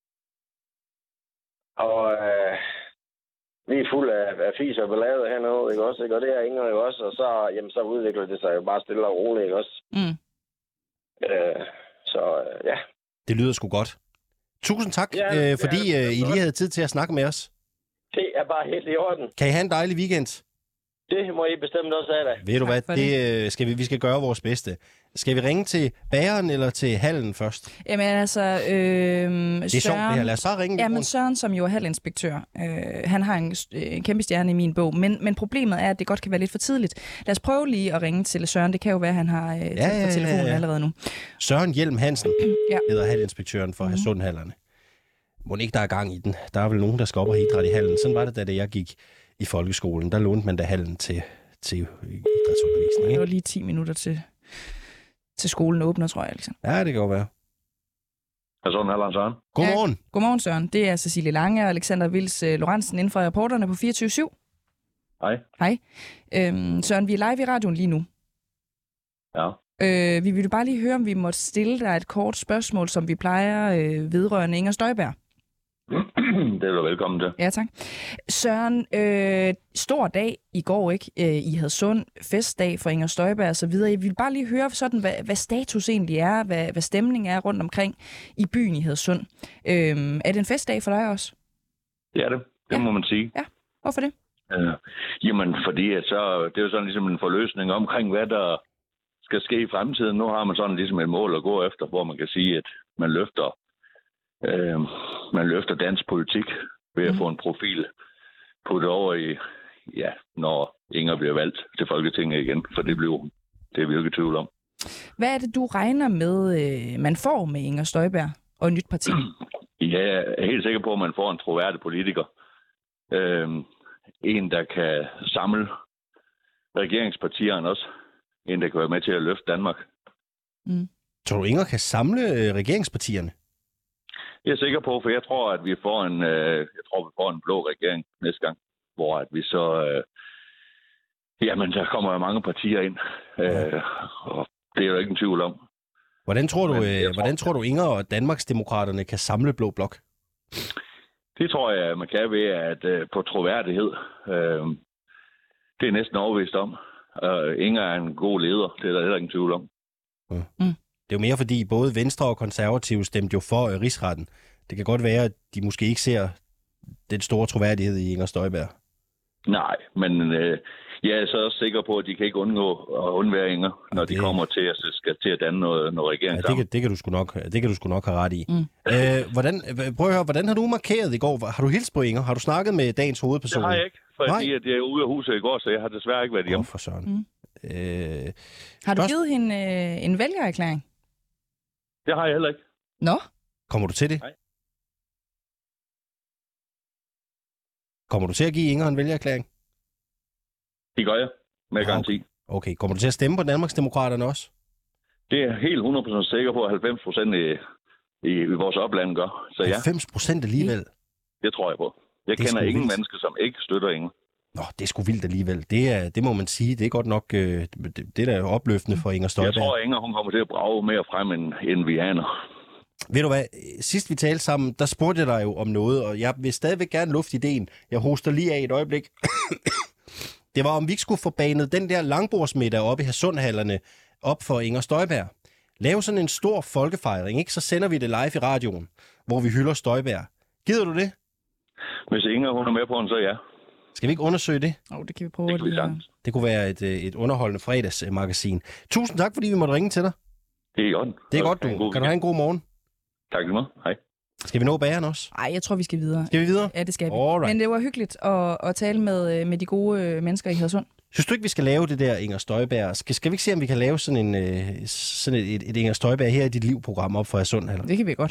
Og øh, vi er fuld af, af fis og ballade hernede, ikke også? Ikke? Og det er Inger jo også. Og så, jamen, så udvikler det sig jo bare stille og roligt, ikke også? Mm. Øh, så øh, ja. Det lyder sgu godt. Tusind tak, ja, øh, fordi ja, øh, I lige havde tid til at snakke med os. Det er bare helt i orden. Kan I have en dejlig weekend? Det må I bestemt også have da. Ved du hvad, det, det skal vi, vi skal gøre vores bedste. Skal vi ringe til bageren eller til hallen først? Jamen altså, øh, Søren... Det er sjovt det her. Lad os så ringe. Jamen Søren, som jo er hallinspektør, øh, han har en, en kæmpe stjerne i min bog, men, men problemet er, at det godt kan være lidt for tidligt. Lad os prøve lige at ringe til Søren. Det kan jo være, at han har øh, ja, ja, ja, telefonen ja, ja. allerede nu. Søren Hjelm Hansen ja. hedder hallinspektøren for mm-hmm. Hadsundhallerne. Må ikke der er gang i den. Der er vel nogen, der skal op og idrætte i hallen. Sådan var det, da det, jeg gik i folkeskolen. Der lånte man da hallen til, til idrætsundervisning. Det var lige ti minutter til, til skolen åbner, tror jeg. Altså. Ja, det kan jo være. Hadsundhalleren Søren. Godmorgen. Ja, godmorgen, Søren. Det er Cecilie Lange og Alexander Vils uh, Lorentzen inden for reporterne på fireogtyve syv. Hej. Hej. Øhm, Søren, vi er live i radioen lige nu. Ja. Øh, vi ville bare lige høre, om vi måtte stille dig et kort spørgsmål, som vi plejer øh, vedrørende Inger Støjberg. Det er du velkommen til. Ja, tak. Søren, øh, stor dag i går, ikke? I Hadsund, festdag for Inger Støjberg og så videre. Jeg vil bare lige høre sådan, hvad, hvad status egentlig er, hvad, hvad stemningen er rundt omkring i byen i Hadsund. Øh, er det en festdag for dig også? Det er det. Det ja. må man sige. Ja, hvorfor det? Øh, jamen, fordi at så, det er jo sådan ligesom en forløsning omkring, hvad der skal ske i fremtiden. Nu har man sådan ligesom et mål at gå efter, hvor man kan sige, at man løfter Øh, man løfter dansk politik ved at mm. få en profil puttet over i, ja, når Inger bliver valgt til Folketinget igen, for det bliver det er vi jo ikke i tvivl om. Hvad er det, du regner med, øh, man får med Inger Støjberg og et nyt parti? Ja, jeg er helt sikker på, at man får en troværdig politiker. Øh, en, der kan samle regeringspartierne også. En, der kan være med til at løfte Danmark. Mm. Tror du, Inger kan samle øh, regeringspartierne? Jeg er sikker på, for jeg tror, at vi får en, øh, jeg tror, vi får en blå regering næste gang, hvor at vi så, øh, jamen, der kommer jo mange partier ind, øh, og det er jo ikke en tvivl om. Hvordan tror du, Men, øh, tror, hvordan tror du Inger og Danmarksdemokraterne kan samle blå blok? Det tror jeg, man kan ved, at øh, på troværdighed, øh, det er næsten overbevist om. Øh, Inger er en god leder, det er der heller ingen tvivl om. Mm. Mm. Det er jo mere fordi både Venstre og Konservative stemte jo for øh, rigsretten. Det kan godt være, at de måske ikke ser den store troværdighed i Inger Støjberg. Nej, men øh, jeg er så også sikker på, at de kan ikke undgå at undvære Inger, når det... de kommer til at, skal til at danne noget, noget regering ja, det kan, det, kan du sgu nok, det kan du sgu nok have ret i. Mm. Øh, hvordan, prøv at høre, hvordan har du markeret i går? Har du hilst på Inger? Har du snakket med dagens hovedperson? Det har jeg ikke, fordi at jeg er ude af huset i går, så jeg har desværre ikke været hjemme. Oh, for søren. Mm. Øh, har du givet hende øh, en vælgererklæring? Det har jeg heller ikke. Nå? Kommer du til det? Nej. Kommer du til at give Inger en vælgererklæring? Det gør jeg, med ja, garanti. Okay, kommer du til at stemme på Danmarksdemokraterne også? Det er helt hundrede procent sikker på, at halvfems procent i, i, i vores opland gør. Så ja. halvfems procent alligevel? Det tror jeg på. Jeg det kender ingen vildt. mennesker, som ikke støtter Inger. Nå, det er sgu vildt alligevel. Det, er, det må man sige. Det er godt nok øh, det, det der er opløftende for Inger Støjberg. Jeg tror, at Inger hun kommer til at brage mere frem, end, end vi aner. Ved du hvad, sidst vi talte sammen, der spurgte jeg dig jo om noget, og jeg vil stadigvæk gerne lufte ideen. Jeg hoster lige af et øjeblik. Det var, om vi ikke skulle få banet den der langbordsmiddag op i Hadsundhallerne op for Inger Støjberg. Lave sådan en stor folkefejring, ikke? Så sender vi det live i radioen, hvor vi hylder Støjberg. Gider du det? Hvis Inger hun er med på den, så ja. Skal vi ikke undersøge det? Jo, oh, det kan vi prøve. Det, kan vi det, det kunne være et, et underholdende fredagsmagasin. Tusind tak, fordi vi måtte ringe til dig. Det er godt. Det er godt, du. Kan du have en god morgen? Tak lige meget. Hej. Skal vi nå bageren også? Nej, jeg tror, vi skal videre. Skal vi videre? Ja, det skal vi. Alright. Men det var hyggeligt at, at tale med, med de gode mennesker i Hadsund. Synes du ikke, vi skal lave det der Inger Støjberg? Skal, skal vi ikke se, om vi kan lave sådan, en, øh, sådan et, et, et Inger Støjberg her i dit liv-program op for Sund? Eller? Det kan vi godt.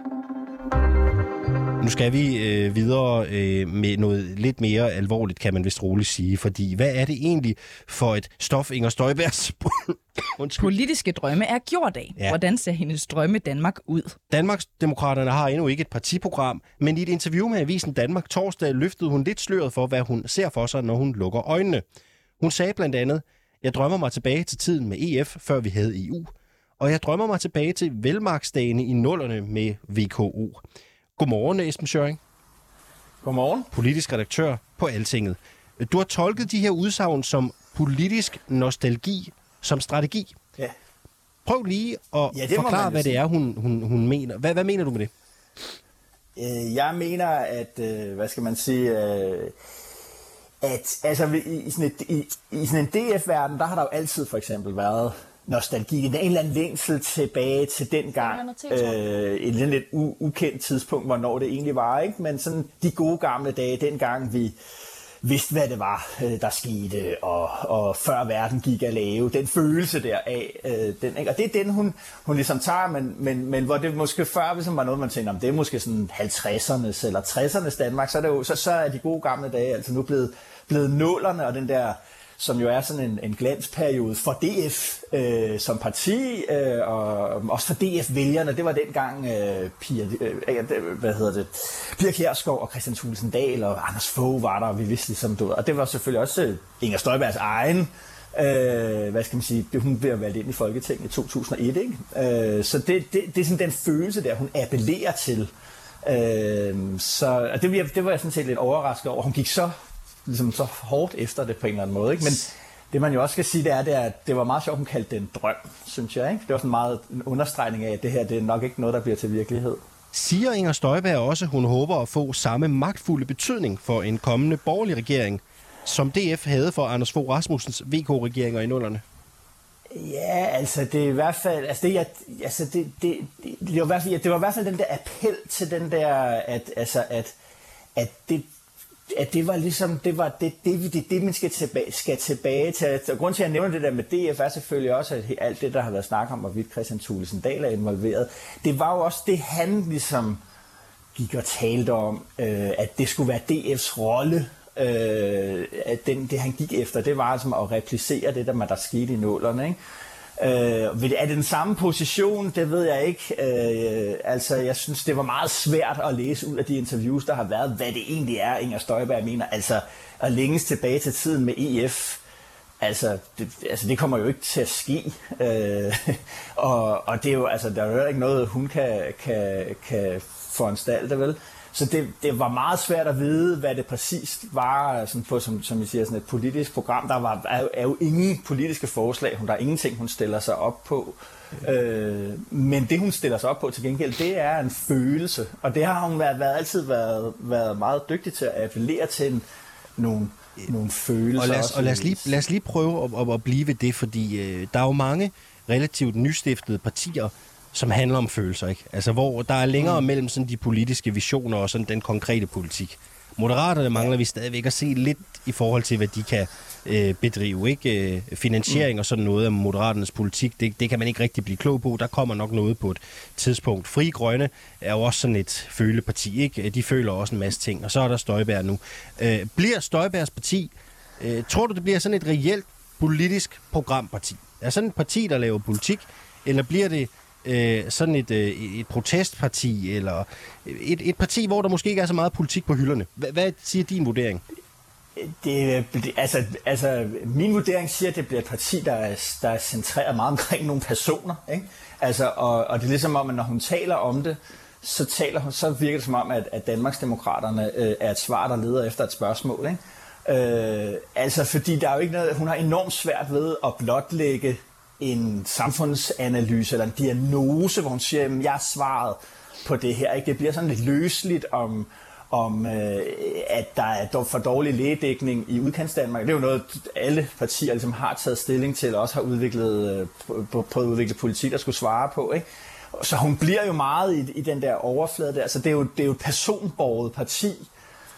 Nu skal vi øh, videre øh, med noget lidt mere alvorligt, kan man vist roligt sige. Fordi hvad er det egentlig for et stof, Inger Støjbergs politiske drømme er gjort af? Ja. Hvordan ser hendes drømme Danmark ud? Danmarksdemokraterne har endnu ikke et partiprogram, men i et interview med Avisen Danmark torsdag løftede hun lidt sløret for, hvad hun ser for sig, når hun lukker øjnene. Hun sagde blandt andet, jeg drømmer mig tilbage til tiden med E F, før vi havde E U. Og jeg drømmer mig tilbage til velmarksdagene i nullerne med V K O. Godmorgen, Esben Schøring. Godmorgen. Politisk redaktør på Altinget. Du har tolket de her udsagn som politisk nostalgi, som strategi. Ja. Prøv lige at ja, forklare, hvad det er, hun, hun, hun mener. Hvad, hvad mener du med det? Jeg mener, at, hvad skal man sige, at altså, i, sådan et, i, i sådan en D F-verden, der har der jo altid for eksempel været nostalgi. En eller anden længsel tilbage til den gang. Øh, et lidt u- ukendt tidspunkt, hvornår det egentlig var, ikke? Men sådan de gode gamle dage, dengang vi vidste, hvad det var, der skete, og, og før verden gik at lave. Den følelse der af, øh, den, ikke? Og det er den, hun, hun ligesom tager, men, men, men hvor det måske før ligesom var noget, man tænkte, om det er måske sådan halvtredsernes eller tressernes Danmark, så er, det jo, så, så er de gode gamle dage altså nu blevet, blevet nullerne, og den der, som jo er sådan en, en glansperiode for D F øh, som parti, øh, og også for D F-vælgerne. Det var dengang øh, Pia, øh, hvad hedder det, Pia Kjærsgaard og Kristian Thulesen Dahl og Anders Fogh var der, og vi vidste ligesom, du ved. Og det var selvfølgelig også øh, Inger Støjbergs egen, øh, hvad skal man sige, hun blev valgt ind i Folketinget i to tusind og et, ikke? Øh, så det, det, det er sådan den følelse der, hun appellerer til. Øh, så og det, det var jeg sådan set lidt overrasket over. Hun gik så ligesom så hårdt efter det på en eller anden måde, ikke? Men det man jo også skal sige, det er, det, er, at det var meget sjovt, hun kaldte det en drøm, synes jeg, ikke? Det var sådan meget en understregning af, at det her, det er nok ikke noget, der bliver til virkelighed. Siger Inger Støjberg også, at hun håber at få samme magtfulde betydning for en kommende borgerlig regering, som D F havde for Anders Fogh Rasmussens V K-regeringer i nullerne? Ja, altså det er i hvert fald, altså det, jeg, altså det, det, det, det, var i hvert fald, det var i hvert fald den der appel til den der, at, altså at, at det, at det var ligesom, det var det, det, det, det man skal tilbage, skal tilbage til. Og grunden til, at jeg nævner det der med D F, er selvfølgelig også, at alt det, der har været snak om, hvorvidt Kristian Thulesen Dahl er involveret, det var jo også det, han ligesom gik og talte om, øh, at det skulle være D F's rolle, øh, at den, det han gik efter, det var altså at replicere det, der, der skete i nullerne, ikke? Øh, er det den samme position? Det ved jeg ikke. Øh, altså, jeg synes, det var meget svært at læse ud af de interviews, der har været, hvad det egentlig er, Inger Støjberg mener. Altså, at længes tilbage til tiden med E F, altså det, altså, det kommer jo ikke til at ske. Øh, og, og det er jo, altså, der er jo ikke noget, hun kan, kan, kan foranstalte, vel? Så det, det var meget svært at vide, hvad det præcist var, sådan på, som, som I siger, sådan et politisk program. Der var, er, er jo ingen politiske forslag, der er ingenting, hun stiller sig op på. Øh, men det, hun stiller sig op på til gengæld, det er en følelse. Og det har hun været, været, altid været, været meget dygtig til at appellere til nogle, nogle følelser. Og lad os, og lad os, lige, lad os lige prøve at, at, at blive ved det, fordi øh, der er jo mange relativt nystiftede partier, som handler om følelser, ikke? Altså, hvor der er længere mm. mellem sådan de politiske visioner og sådan den konkrete politik. Moderaterne mangler vi stadigvæk at se lidt i forhold til, hvad de kan øh, bedrive, ikke? Finansiering mm. og sådan noget af Moderaternes politik, det, det kan man ikke rigtig blive klog på. Der kommer nok noget på et tidspunkt. Frie Grønne er jo også sådan et føleparti, ikke? De føler også en masse ting, og så er der Støjberg nu. Øh, bliver Støjbergs parti, øh, tror du, det bliver sådan et reelt politisk programparti? Er sådan et parti, der laver politik, eller bliver det sådan et, et protestparti, eller et, et parti, hvor der måske ikke er så meget politik på hylderne? Hvad, hvad siger din vurdering? Det, altså, altså, min vurdering siger, at det bliver et parti, der er, der er centreret meget omkring nogle personer, ikke? Altså, og, og det er ligesom om, at når hun taler om det, så, taler hun, så virker det som om, at, at Danmarksdemokraterne øh, er et svar, der leder efter et spørgsmål, ikke? Øh, altså, fordi der er jo ikke noget, hun har enormt svært ved at blotlægge en samfundsanalyse eller en diagnose, hvor hun siger, at jeg er svaret på det her. Ikke? Det bliver sådan lidt løsligt om, om øh, at der er for dårlig lægedækning i udkantsdanmark. Det er jo noget, alle partier ligesom har taget stilling til, og også har udviklet, prøvet at udvikle politik, der skulle svare på. Ikke? Så hun bliver jo meget i, i den der overflade der. Så det er jo, det er jo et personbåret parti,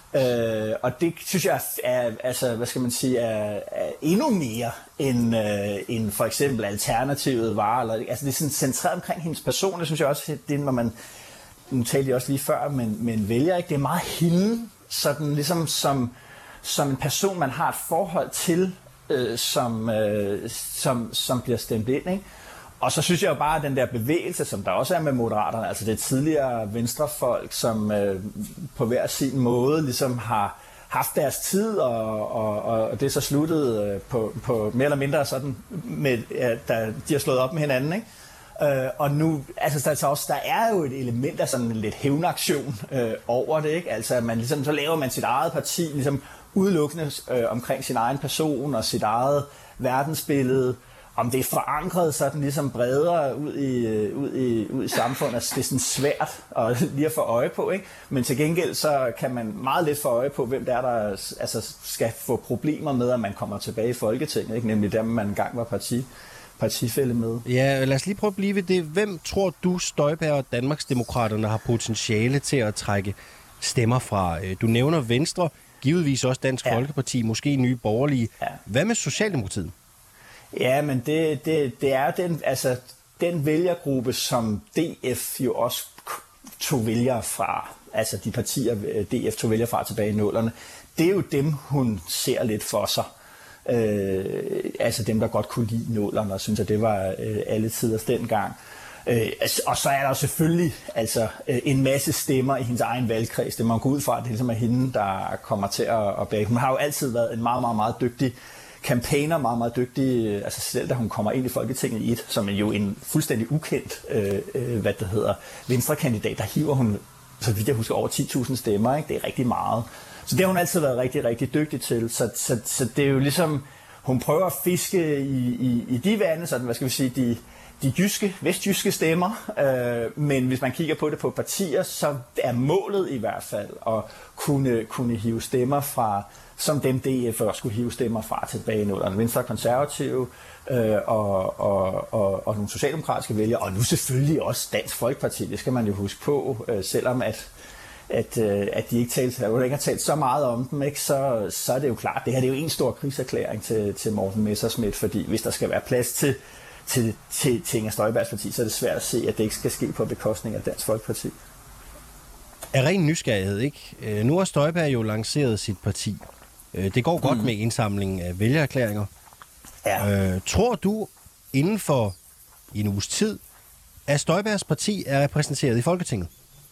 Øh, og det synes jeg er, altså, hvad skal man sige, er, er endnu mere end, øh, end for eksempel Alternativet var. Eller, altså det er sådan centreret omkring hendes person, det synes jeg også, det når man, nu talte jeg også lige før, men, men vælger ikke, det er meget hende, sådan ligesom som, som en person, man har et forhold til, øh, som, øh, som, som bliver stemt ind, ikke? Og så synes jeg jo bare, at den der bevægelse, som der også er med Moderaterne, altså det tidligere venstrefolk, som øh, på hver sin måde ligesom har haft deres tid, og, og, og det er så sluttet øh, på, på mere eller mindre sådan, med, ja, da de har slået op med hinanden, ikke? Øh, og nu, altså der, også, der er jo et element af sådan en lidt hævnaktion øh, over det, ikke? Altså man ligesom, så laver man sit eget parti, ligesom udelukkende øh, omkring sin egen person og sit eget verdensbillede. Om det er forankret sådan ligesom bredere ud i, ud i, ud i samfundet, altså det er sådan svært at lige at få øje på, ikke? Men til gengæld så kan man meget let få øje på, hvem der er, der altså, skal få problemer med, at man kommer tilbage i Folketinget, ikke? Nemlig dem, man engang var parti, partifælle med. Ja, lad os lige prøve at blive ved det. Hvem tror du, Støjberg og Danmarksdemokraterne har potentiale til at trække stemmer fra? Du nævner Venstre, givetvis også Dansk ja. Folkeparti, måske Nye Borgerlige. Ja. Hvad med Socialdemokratiet? Ja, men det, det, det er den, altså, den vælgergruppe, som D F jo også tog vælgere fra, altså de partier, D F tog vælgere fra tilbage i nullerne, det er jo dem, hun ser lidt for sig. Øh, altså dem, der godt kunne lide nullerne, og synes, at det var øh, alle tiders dengang. Øh, og så er der selvfølgelig altså, en masse stemmer i hendes egen valgkreds. Det man går ud fra, at det ligesom er hende, der kommer til at, at bage. Hun har jo altid været en meget, meget, meget dygtig campaigner, meget, meget dygtig, altså selv da hun kommer ind i Folketinget i et, som er jo en fuldstændig ukendt, øh, øh, hvad det hedder, venstrekandidat, der hiver hun, så vidt jeg husker, over ti tusind stemmer, ikke? Det er rigtig meget. Så det har hun altid været rigtig, rigtig dygtig til. Så, så, så det er jo ligesom, hun prøver at fiske i, i, i de vande, sådan, hvad skal vi sige, de, de jyske, vestjyske stemmer, øh, men hvis man kigger på det på partier, så er målet i hvert fald at kunne, kunne hive stemmer fra, som dem D F også skulle hive stemmer fra tilbage i nullerne. Venstre, Konservative øh, og, og, og, og nogle socialdemokratiske vælgere, og nu selvfølgelig også Dansk Folkeparti, det skal man jo huske på, øh, selvom at, at, øh, at de ikke, talt, ikke har talt så meget om dem, ikke, så, så er det jo klart, det her det er jo en stor krigserklæring til, til Morten Messerschmidt, fordi hvis der skal være plads til, til, til, til Inger Støjbergs parti, så er det svært at se, at det ikke skal ske på bekostning af Dansk Folkeparti. Af ren nysgerrighed, ikke? Nu har Støjberg jo lanceret sit parti. Det går godt mm. med indsamlingen af vælgererklæringer. Ja. Øh, tror du, inden for en uges tid, at Støjbergs parti er repræsenteret i Folketinget?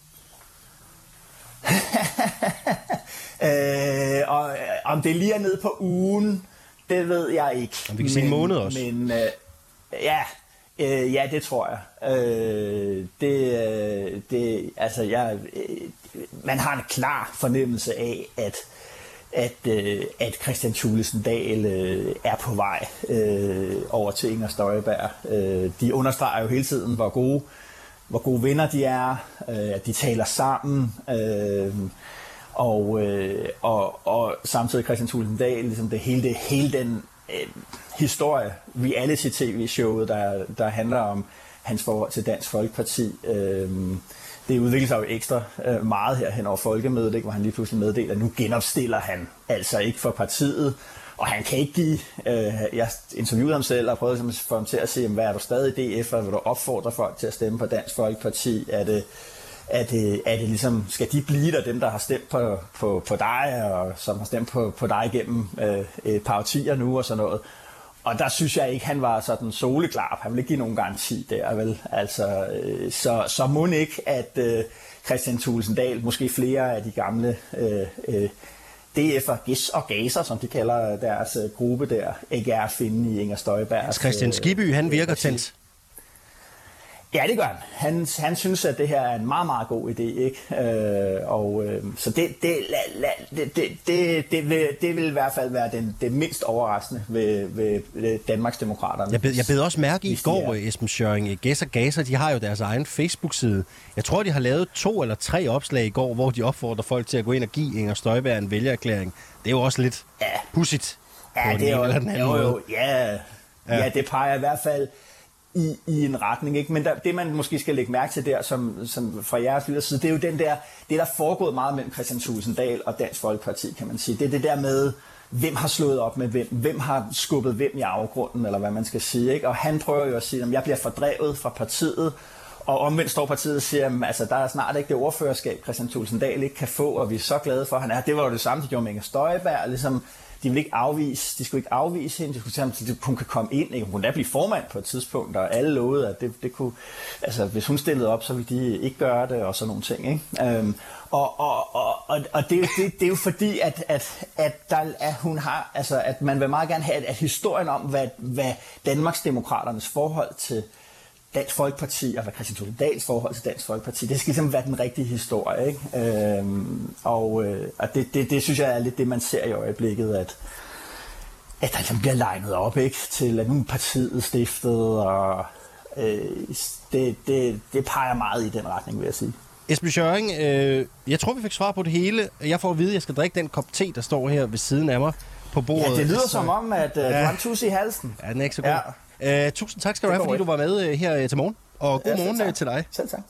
øh, og om det lige er nede på ugen, det ved jeg ikke. Om vi kan sige en måned også. Men øh, ja, øh, ja, det tror jeg. Øh, det, øh, det, altså, jeg, øh, man har en klar fornemmelse af, at at, øh, at Kristian Thulesen Dahl øh, er på vej øh, over til Inger Støjberg. Øh, de understreger jo hele tiden, hvor gode, hvor gode venner de er, øh, at de taler sammen, øh, og, øh, og, og samtidig Kristian Thulesen Dahl, ligesom det hele, det, hele den øh, historie, reality-tv-showet, der, der handler om hans forhold til Dansk Folkeparti. Øh, Det udvikler sig jo ekstra øh, meget her hen over folkemødet, ikke, hvor han lige pludselig meddeler, at nu genopstiller han altså ikke for partiet, og han kan ikke give, øh, jeg interviewede ham selv og prøvede at få ham til at sige, hvad er du stadig D F, og vil du opfordre folk til at stemme på Dansk Folkeparti, er det, er det, er det ligesom, skal de blive der, dem der har stemt på, på, på dig, og som har stemt på, på dig gennem øh, et par årtier nu og sådan noget. Og der synes jeg ikke, han var sådan soleklar. Han ville ikke give nogen garanti der, vel? Altså, øh, så, så må ikke, at øh, Kristian Thulesen Dahl, måske flere af de gamle øh, øh, D F'er, Gis og Gaser, som de kalder deres øh, gruppe der, ikke er at finde i Inger Støjbergs... Altså Christian Skibby, han virker tændt. Ja, det gør han. han. Han synes, at det her er en meget, meget god idé, ikke? Øh, og øh, så det, det, la, la, det, det, det, det, vil, det vil i hvert fald være den, det mindst overraskende ved, ved, ved Danmarksdemokraterne. Jeg bed, jeg bed også mærke i går, Esben Schøring, Gæs og Gaser, de har jo deres egen Facebook-side. Jeg tror, de har lavet to eller tre opslag i går, hvor de opfordrer folk til at gå ind og give Inger Støjberg en vælgererklæring. Det er jo også lidt ja. pudsigt. Ja, det er jo, jo, jo ja, ja. ja, det peger i hvert fald i, i en retning, ikke? Men der, det, man måske skal lægge mærke til der, som, som fra jeres side, det er jo den der, det der er foregået meget mellem Kristian Thulesen Dahl og Dansk Folkeparti, kan man sige. Det er det der med, hvem har slået op med hvem, hvem har skubbet hvem i afgrunden, eller hvad man skal sige, ikke? Og han prøver jo at sige, at jeg bliver fordrevet fra partiet, og omvendt står partiet og siger, at altså, der er snart ikke det ordførerskab, Kristian Thulesen Dahl ikke kan få, og vi er så glade for, at han er. Det var jo det samme, de gjorde med Inger Støjberg, ligesom, de ville ikke afvise, de skulle ikke afvise hende, de skulle sige, at hun kan komme ind, ikke? Hun kunne da blive formand på et tidspunkt, og alle lovede, at det, det kunne, altså hvis hun stillede op, så ville de ikke gøre det, og sådan nogle ting, ikke? Øhm, og og, og, og, og det, det, det er jo fordi, at, at, at, der, at hun har, altså at man vil meget gerne have, at, at historien om, hvad, hvad Danmarksdemokraternes forhold til Dansk Folkeparti, og hvad Kristian Thulesen Dahls forhold til Dansk Folkeparti, det skal ligesom være den rigtige historie, ikke? Øhm, og øh, og det, det, det synes jeg er lidt det, man ser i øjeblikket, at, at der ligesom bliver legnet op, ikke? Til at nu er partiet stiftet, og øh, det, det, det peger meget i den retning, vil jeg sige. Esben Schøring, øh, jeg tror, vi fik svar på det hele. Jeg får at vide, at jeg skal drikke den kop te, der står her ved siden af mig på bordet. Ja, det lyder altså, som om, at øh, ja. du har en tusse i halsen. Ja, den er ikke så god. Ja. Uh, tusind tak skal du have, fordi du var med uh, her uh, til morgen. Og god ja, morgen uh, til dig. Selv tak.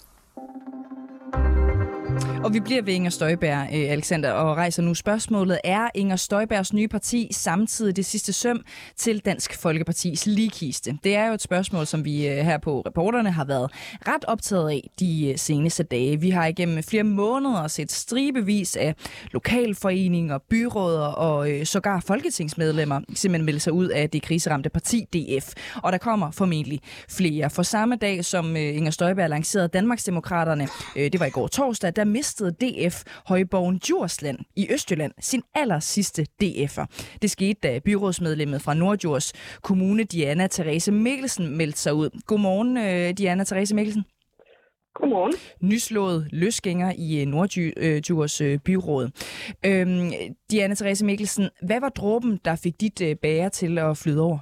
Og vi bliver ved Inger Støjberg, Alexander, og rejser nu spørgsmålet. Er Inger Støjbergs nye parti samtidig det sidste søm til Dansk Folkepartis ligkiste? Det er jo et spørgsmål, som vi her på Reporterne har været ret optaget af de seneste dage. Vi har igennem flere måneder set stribevis af lokalforeninger, byråder og øh, sågar folketingsmedlemmer simpelthen melde sig ud af det kriseramte parti D F. Og der kommer formentlig flere. For samme dag, som øh, Inger Støjberg lancerede Danmarksdemokraterne, øh, det var i går torsdag, der mistede D F Højborgen Djursland i Østjylland sin aller sidste D F'er. Det skete, da byrådsmedlemmet fra Norddjurs Kommune, Diana Therese Mikkelsen, meldte sig ud. Godmorgen, Diana Therese Mikkelsen. Godmorgen. Nyslået løsgænger i Norddjurs byråd. Øhm, Diana Therese Mikkelsen, hvad var dråben, der fik dit bæger til at flyde over?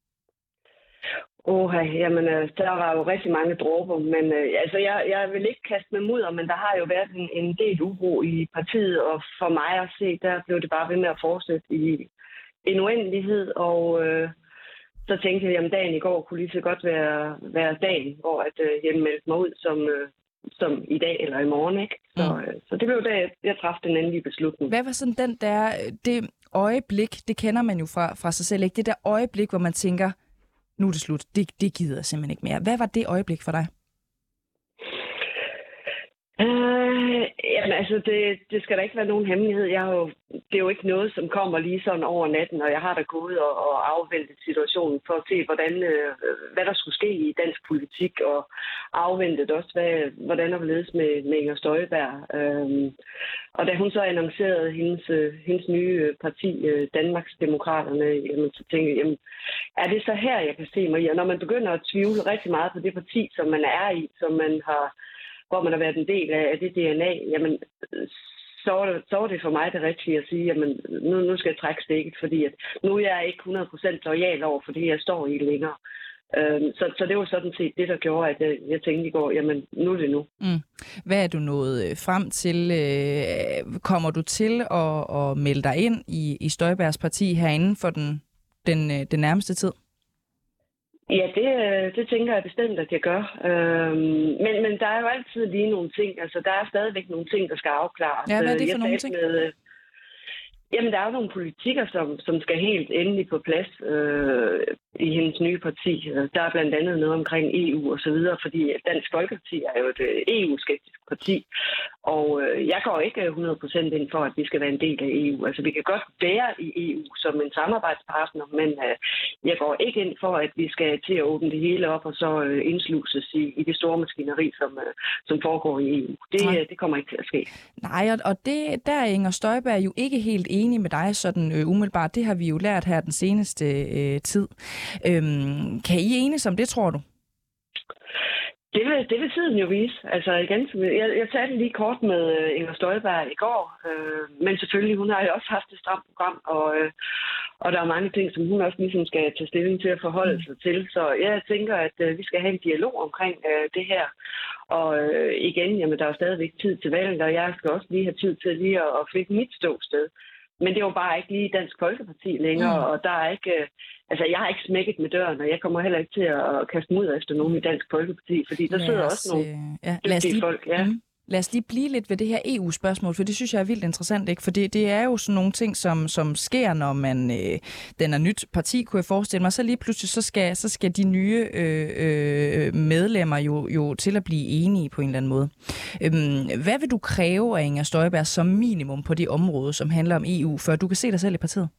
Åh, jamen, der var jo rigtig mange dråber, men øh, altså, jeg, jeg vil ikke kaste med mudder, men der har jo været en, en del uro i partiet, og for mig at se, der blev det bare ved med at fortsætte i en uendelighed, og øh, så tænkte jeg, at dagen i går kunne lige så godt være, være dagen, hvor at, øh, jeg meldte mig ud som, øh, som i dag eller i morgen, ikke? Så, øh, så det blev da, jeg træffede den endelige beslutning. Hvad var sådan den der, det øjeblik, det kender man jo fra, fra sig selv, ikke? Det der øjeblik, hvor man tænker, nu er det slut. Det, det gider jeg simpelthen ikke mere. Hvad var det øjeblik for dig? Øh, jamen altså, det, det skal da ikke være nogen hemmelighed. Jeg har jo, det er jo ikke noget, som kommer lige sådan over natten, og jeg har da gået og, og afventet situationen for at se, hvordan, øh, hvad der skulle ske i dansk politik, og afventet også, hvad, hvordan der var ledes med, med Inger Støjberg. Øh, og da hun så annoncerede hendes, hendes nye parti, Danmarksdemokraterne, jamen, så tænkte jeg, jamen, er det så her, jeg kan se mig i? Og når man begynder at tvivle rigtig meget på det parti, som man er i, som man har, hvor man har været en del af det D N A, jamen, så var, det, så var det for mig det rigtige at sige, jamen, nu, nu skal jeg trække stikket, fordi at nu er jeg ikke hundrede procent loyal over for det, jeg står i længere. Øhm, så, så det var sådan set det, der gjorde, at jeg, jeg tænkte i går, jamen, nu er det nu. Mm. Hvad er du nået frem til? Kommer du til at, at melde dig ind i, i Støjbergs parti herinde for den, den, den nærmeste tid? Ja, det, det tænker jeg bestemt, at jeg gør. Øhm, men, men der er jo altid lige nogle ting. Altså, der er stadigvæk nogle ting, der skal afklares. Ja, hvad er det for jeg nogle ting? Med, jamen, der er jo nogle politikker, som, som skal helt endelig på plads øh, i hendes nye parti. Der er blandt andet noget omkring E U og så videre, fordi Dansk Folkeparti er jo et E U-skeptisk parti. Og øh, jeg går ikke hundrede procent ind for, at vi skal være en del af E U. Altså, vi kan godt være i E U som en samarbejdspartner, men øh, jeg går ikke ind for, at vi skal til at åbne det hele op og så øh, indsluses i, i det store maskineri, som, øh, som foregår i E U. Det, øh, det kommer ikke til at ske. Nej, og det, der er Inger Støjberg jo ikke helt enig med dig sådan øh, umiddelbart. Det har vi jo lært her den seneste øh, tid. Øhm, kan I enes om det, tror du? Det vil, det vil tiden jo vise. Altså igen, jeg, jeg talte lige kort med uh, Inger Støjberg i går, øh, men selvfølgelig, hun har jo også haft et stramt program, og, øh, og der er mange ting, som hun også ligesom skal tage stilling til at forholde sig til. Så jeg tænker, at øh, vi skal have en dialog omkring øh, det her. Og øh, igen, jamen, der er jo stadigvæk tid til valget, og jeg skal også lige have tid til lige at, at finde mit ståsted. men det er jo bare ikke lige Dansk Folkeparti længere, mm. og der er ikke... Altså, jeg har ikke smækket med døren, og jeg kommer heller ikke til at kaste mig ud efter nogen i Dansk Folkeparti, fordi der lad sidder os, også nogle ja, lad os lige, folk. Ja. Mm, lad os lige blive lidt ved det her E U-spørgsmål, for det synes jeg er vildt interessant, ikke? For det, det er jo sådan nogle ting, som, som sker, når man øh, den er nyt parti, kunne jeg forestille mig. Så lige pludselig, så skal, så skal de nye øh, øh, medlemmer jo, jo til at blive enige på en eller anden måde. Øhm, hvad vil du kræve af Inger Støjberg som minimum på det område, som handler om E U, før du kan se dig selv i partiet?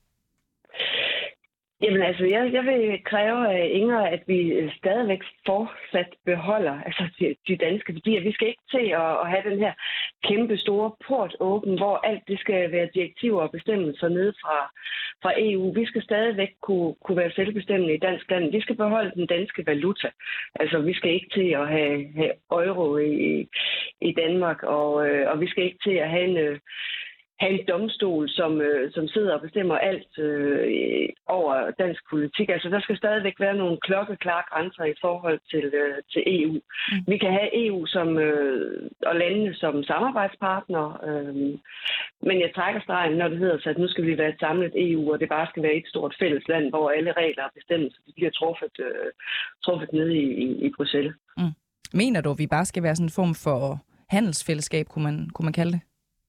Jamen altså, jeg, jeg vil kræve af Inger, at vi stadigvæk fortsat beholder altså, de, de danske værdier. Vi skal ikke til at, at have den her kæmpe store port åben, hvor alt det skal være direktiver og bestemmelser nede fra, fra E U. Vi skal stadigvæk kunne, kunne være selvbestemmende i dansk land. Vi skal beholde den danske valuta. Altså, vi skal ikke til at have, have euro i, i Danmark, og, og vi skal ikke til at have en... have en domstol, som, øh, som sidder og bestemmer alt øh, over dansk politik. Altså, der skal stadigvæk være nogle klokkeklare grænser i forhold til, øh, til E U. Mm. Vi kan have E U som, øh, og landene som samarbejdspartner, øh, men jeg trækker stregen, når det hedder sig, at nu skal vi være et samlet E U, og det bare skal være et stort fælles land, hvor alle regler og bestemmelser de bliver truffet, øh, truffet nede i, i, i Bruxelles. Mm. Mener du, at vi bare skal være sådan en form for handelsfællesskab, kunne man, kunne man kalde det?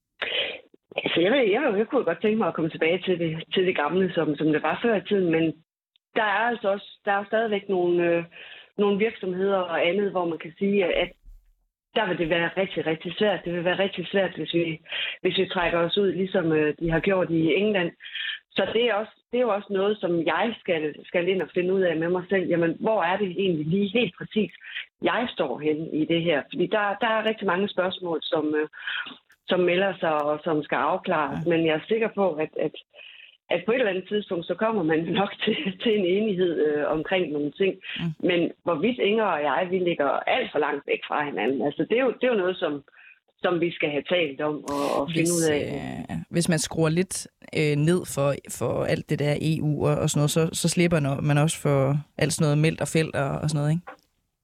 Altså, jeg, ved, jeg, jeg kunne godt tænke mig at komme tilbage til det, til det gamle, som, som det var før i tiden, men der er altså også, der er stadigvæk nogle, øh, nogle virksomheder og andet, hvor man kan sige, at der vil det være rigtig, rigtig svært. Det vil være rigtig svært, hvis vi, hvis vi trækker os ud, ligesom øh, de har gjort i England. Så det er, også, det er jo også noget, som jeg skal, skal ind og finde ud af med mig selv. Jamen, hvor er det egentlig lige helt præcis, jeg står henne i det her? Fordi der, der er rigtig mange spørgsmål, som... Øh, som melder sig og som skal afklares. Men jeg er sikker på, at, at, at på et eller andet tidspunkt, så kommer man nok til, til en enighed øh, omkring nogle ting. Mm. Men hvorvidt Inger og jeg, vi ligger alt for langt væk fra hinanden. Altså, det er jo, det er jo noget, som, som vi skal have talt om og, og finde hvis, ud af. Øh, hvis man skruer lidt øh, ned for, for alt det der E U og, og sådan noget, så, så slipper man også for alt sådan noget meldt og felt og, og sådan noget, ikke?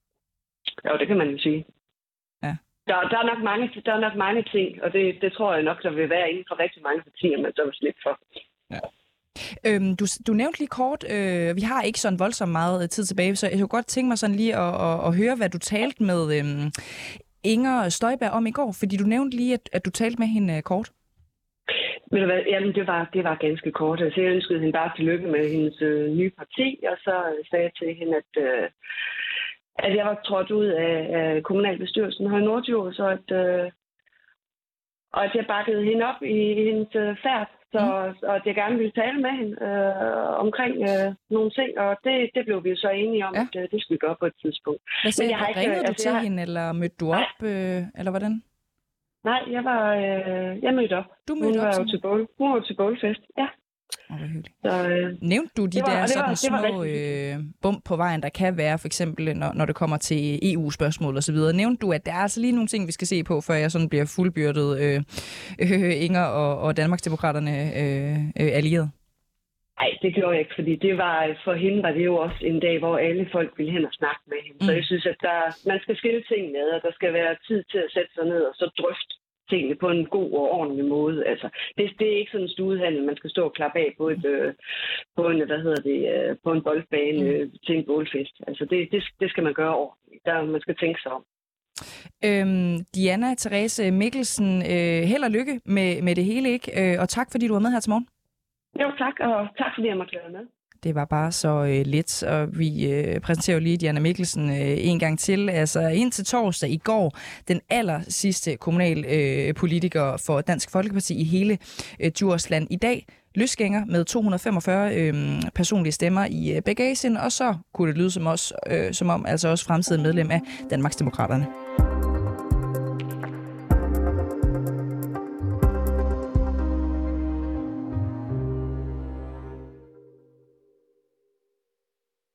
Jo, det kan man jo sige. Ja. Der, der, er nok mange, der er nok mange ting, og det, det tror jeg nok, der vil være inden for rigtig mange partier, man så vil slippe for. Ja. Øhm, du, du nævnte lige kort, øh, vi har ikke sådan voldsomt meget tid tilbage, så jeg kunne godt tænke mig sådan lige at, at, at høre, hvad du talte med øh, Inger Støjberg om i går, fordi du nævnte lige, at, at du talte med hende kort. Men hvad, jamen, det var, det var ganske kort. Altså, jeg ønskede hende bare tillykke med hendes øh, nye parti, og så sagde jeg til hende, at... Øh, at jeg var trådt ud af, af kommunalbestyrelsen her i Nordjord, så at, øh, og at jeg bakkede hende op i, i hendes øh, færd, så, mm. og at jeg gerne ville tale med hende øh, omkring øh, nogle ting, og det, det blev vi jo så enige om, ja. at øh, det skulle vi gøre på et tidspunkt. Hvad sagde, Men jeg har ikke, ringede du altså, til jeg... hende, eller mødte du op, øh, eller hvordan? Nej, jeg var øh, jeg mødte op. Du mødte hun op? Var til bål. Hun var til bålfest, ja. Oh, hvor hyggeligt. Så, øh, nævnte du de var, der var, sådan var små øh, bump på vejen, der kan være, for eksempel når, når det kommer til E U-spørgsmål og så videre? Nævnte du, at der er altså lige nogle ting, vi skal se på, før jeg sådan bliver fuldbyrdet øh, øh, Inger og, og Danmarksdemokraterne øh, øh, allieret? Nej, det gjorde jeg ikke, fordi det var, for hende var det jo også en dag, hvor alle folk ville hen og snakke med hende. Mm. Så jeg synes, at der, man skal skille tingene ad, og der skal være tid til at sætte sig ned og så drøfte tingene på en god og ordentlig måde. Altså, det, det er ikke sådan en studehandel, man skal stå og klappe af på et øh, på en, hvad hedder det, øh, på en boldbane øh, til en bålfest. Altså, det, det, det skal man gøre ordentligt. Der, man skal tænke sig om. Øhm, Diana Therese Mikkelsen, øh, held og lykke med, med det hele, ikke? Øh, og tak, fordi du var med her til morgen. Jo, tak, og tak, fordi jeg måtte være med. Det var bare så øh, lidt, og vi øh, præsenterer jo lige Diana Mikkelsen øh, en gang til. Altså indtil torsdag i går, den aller sidste kommunalpolitiker øh, for Dansk Folkeparti i hele øh, Djursland. I dag løsgænger med to hundrede femogfyrre øh, personlige stemmer i øh, bagagen, og så kunne det lyde som, os, øh, som om altså også fremtidig medlem af Danmarksdemokraterne.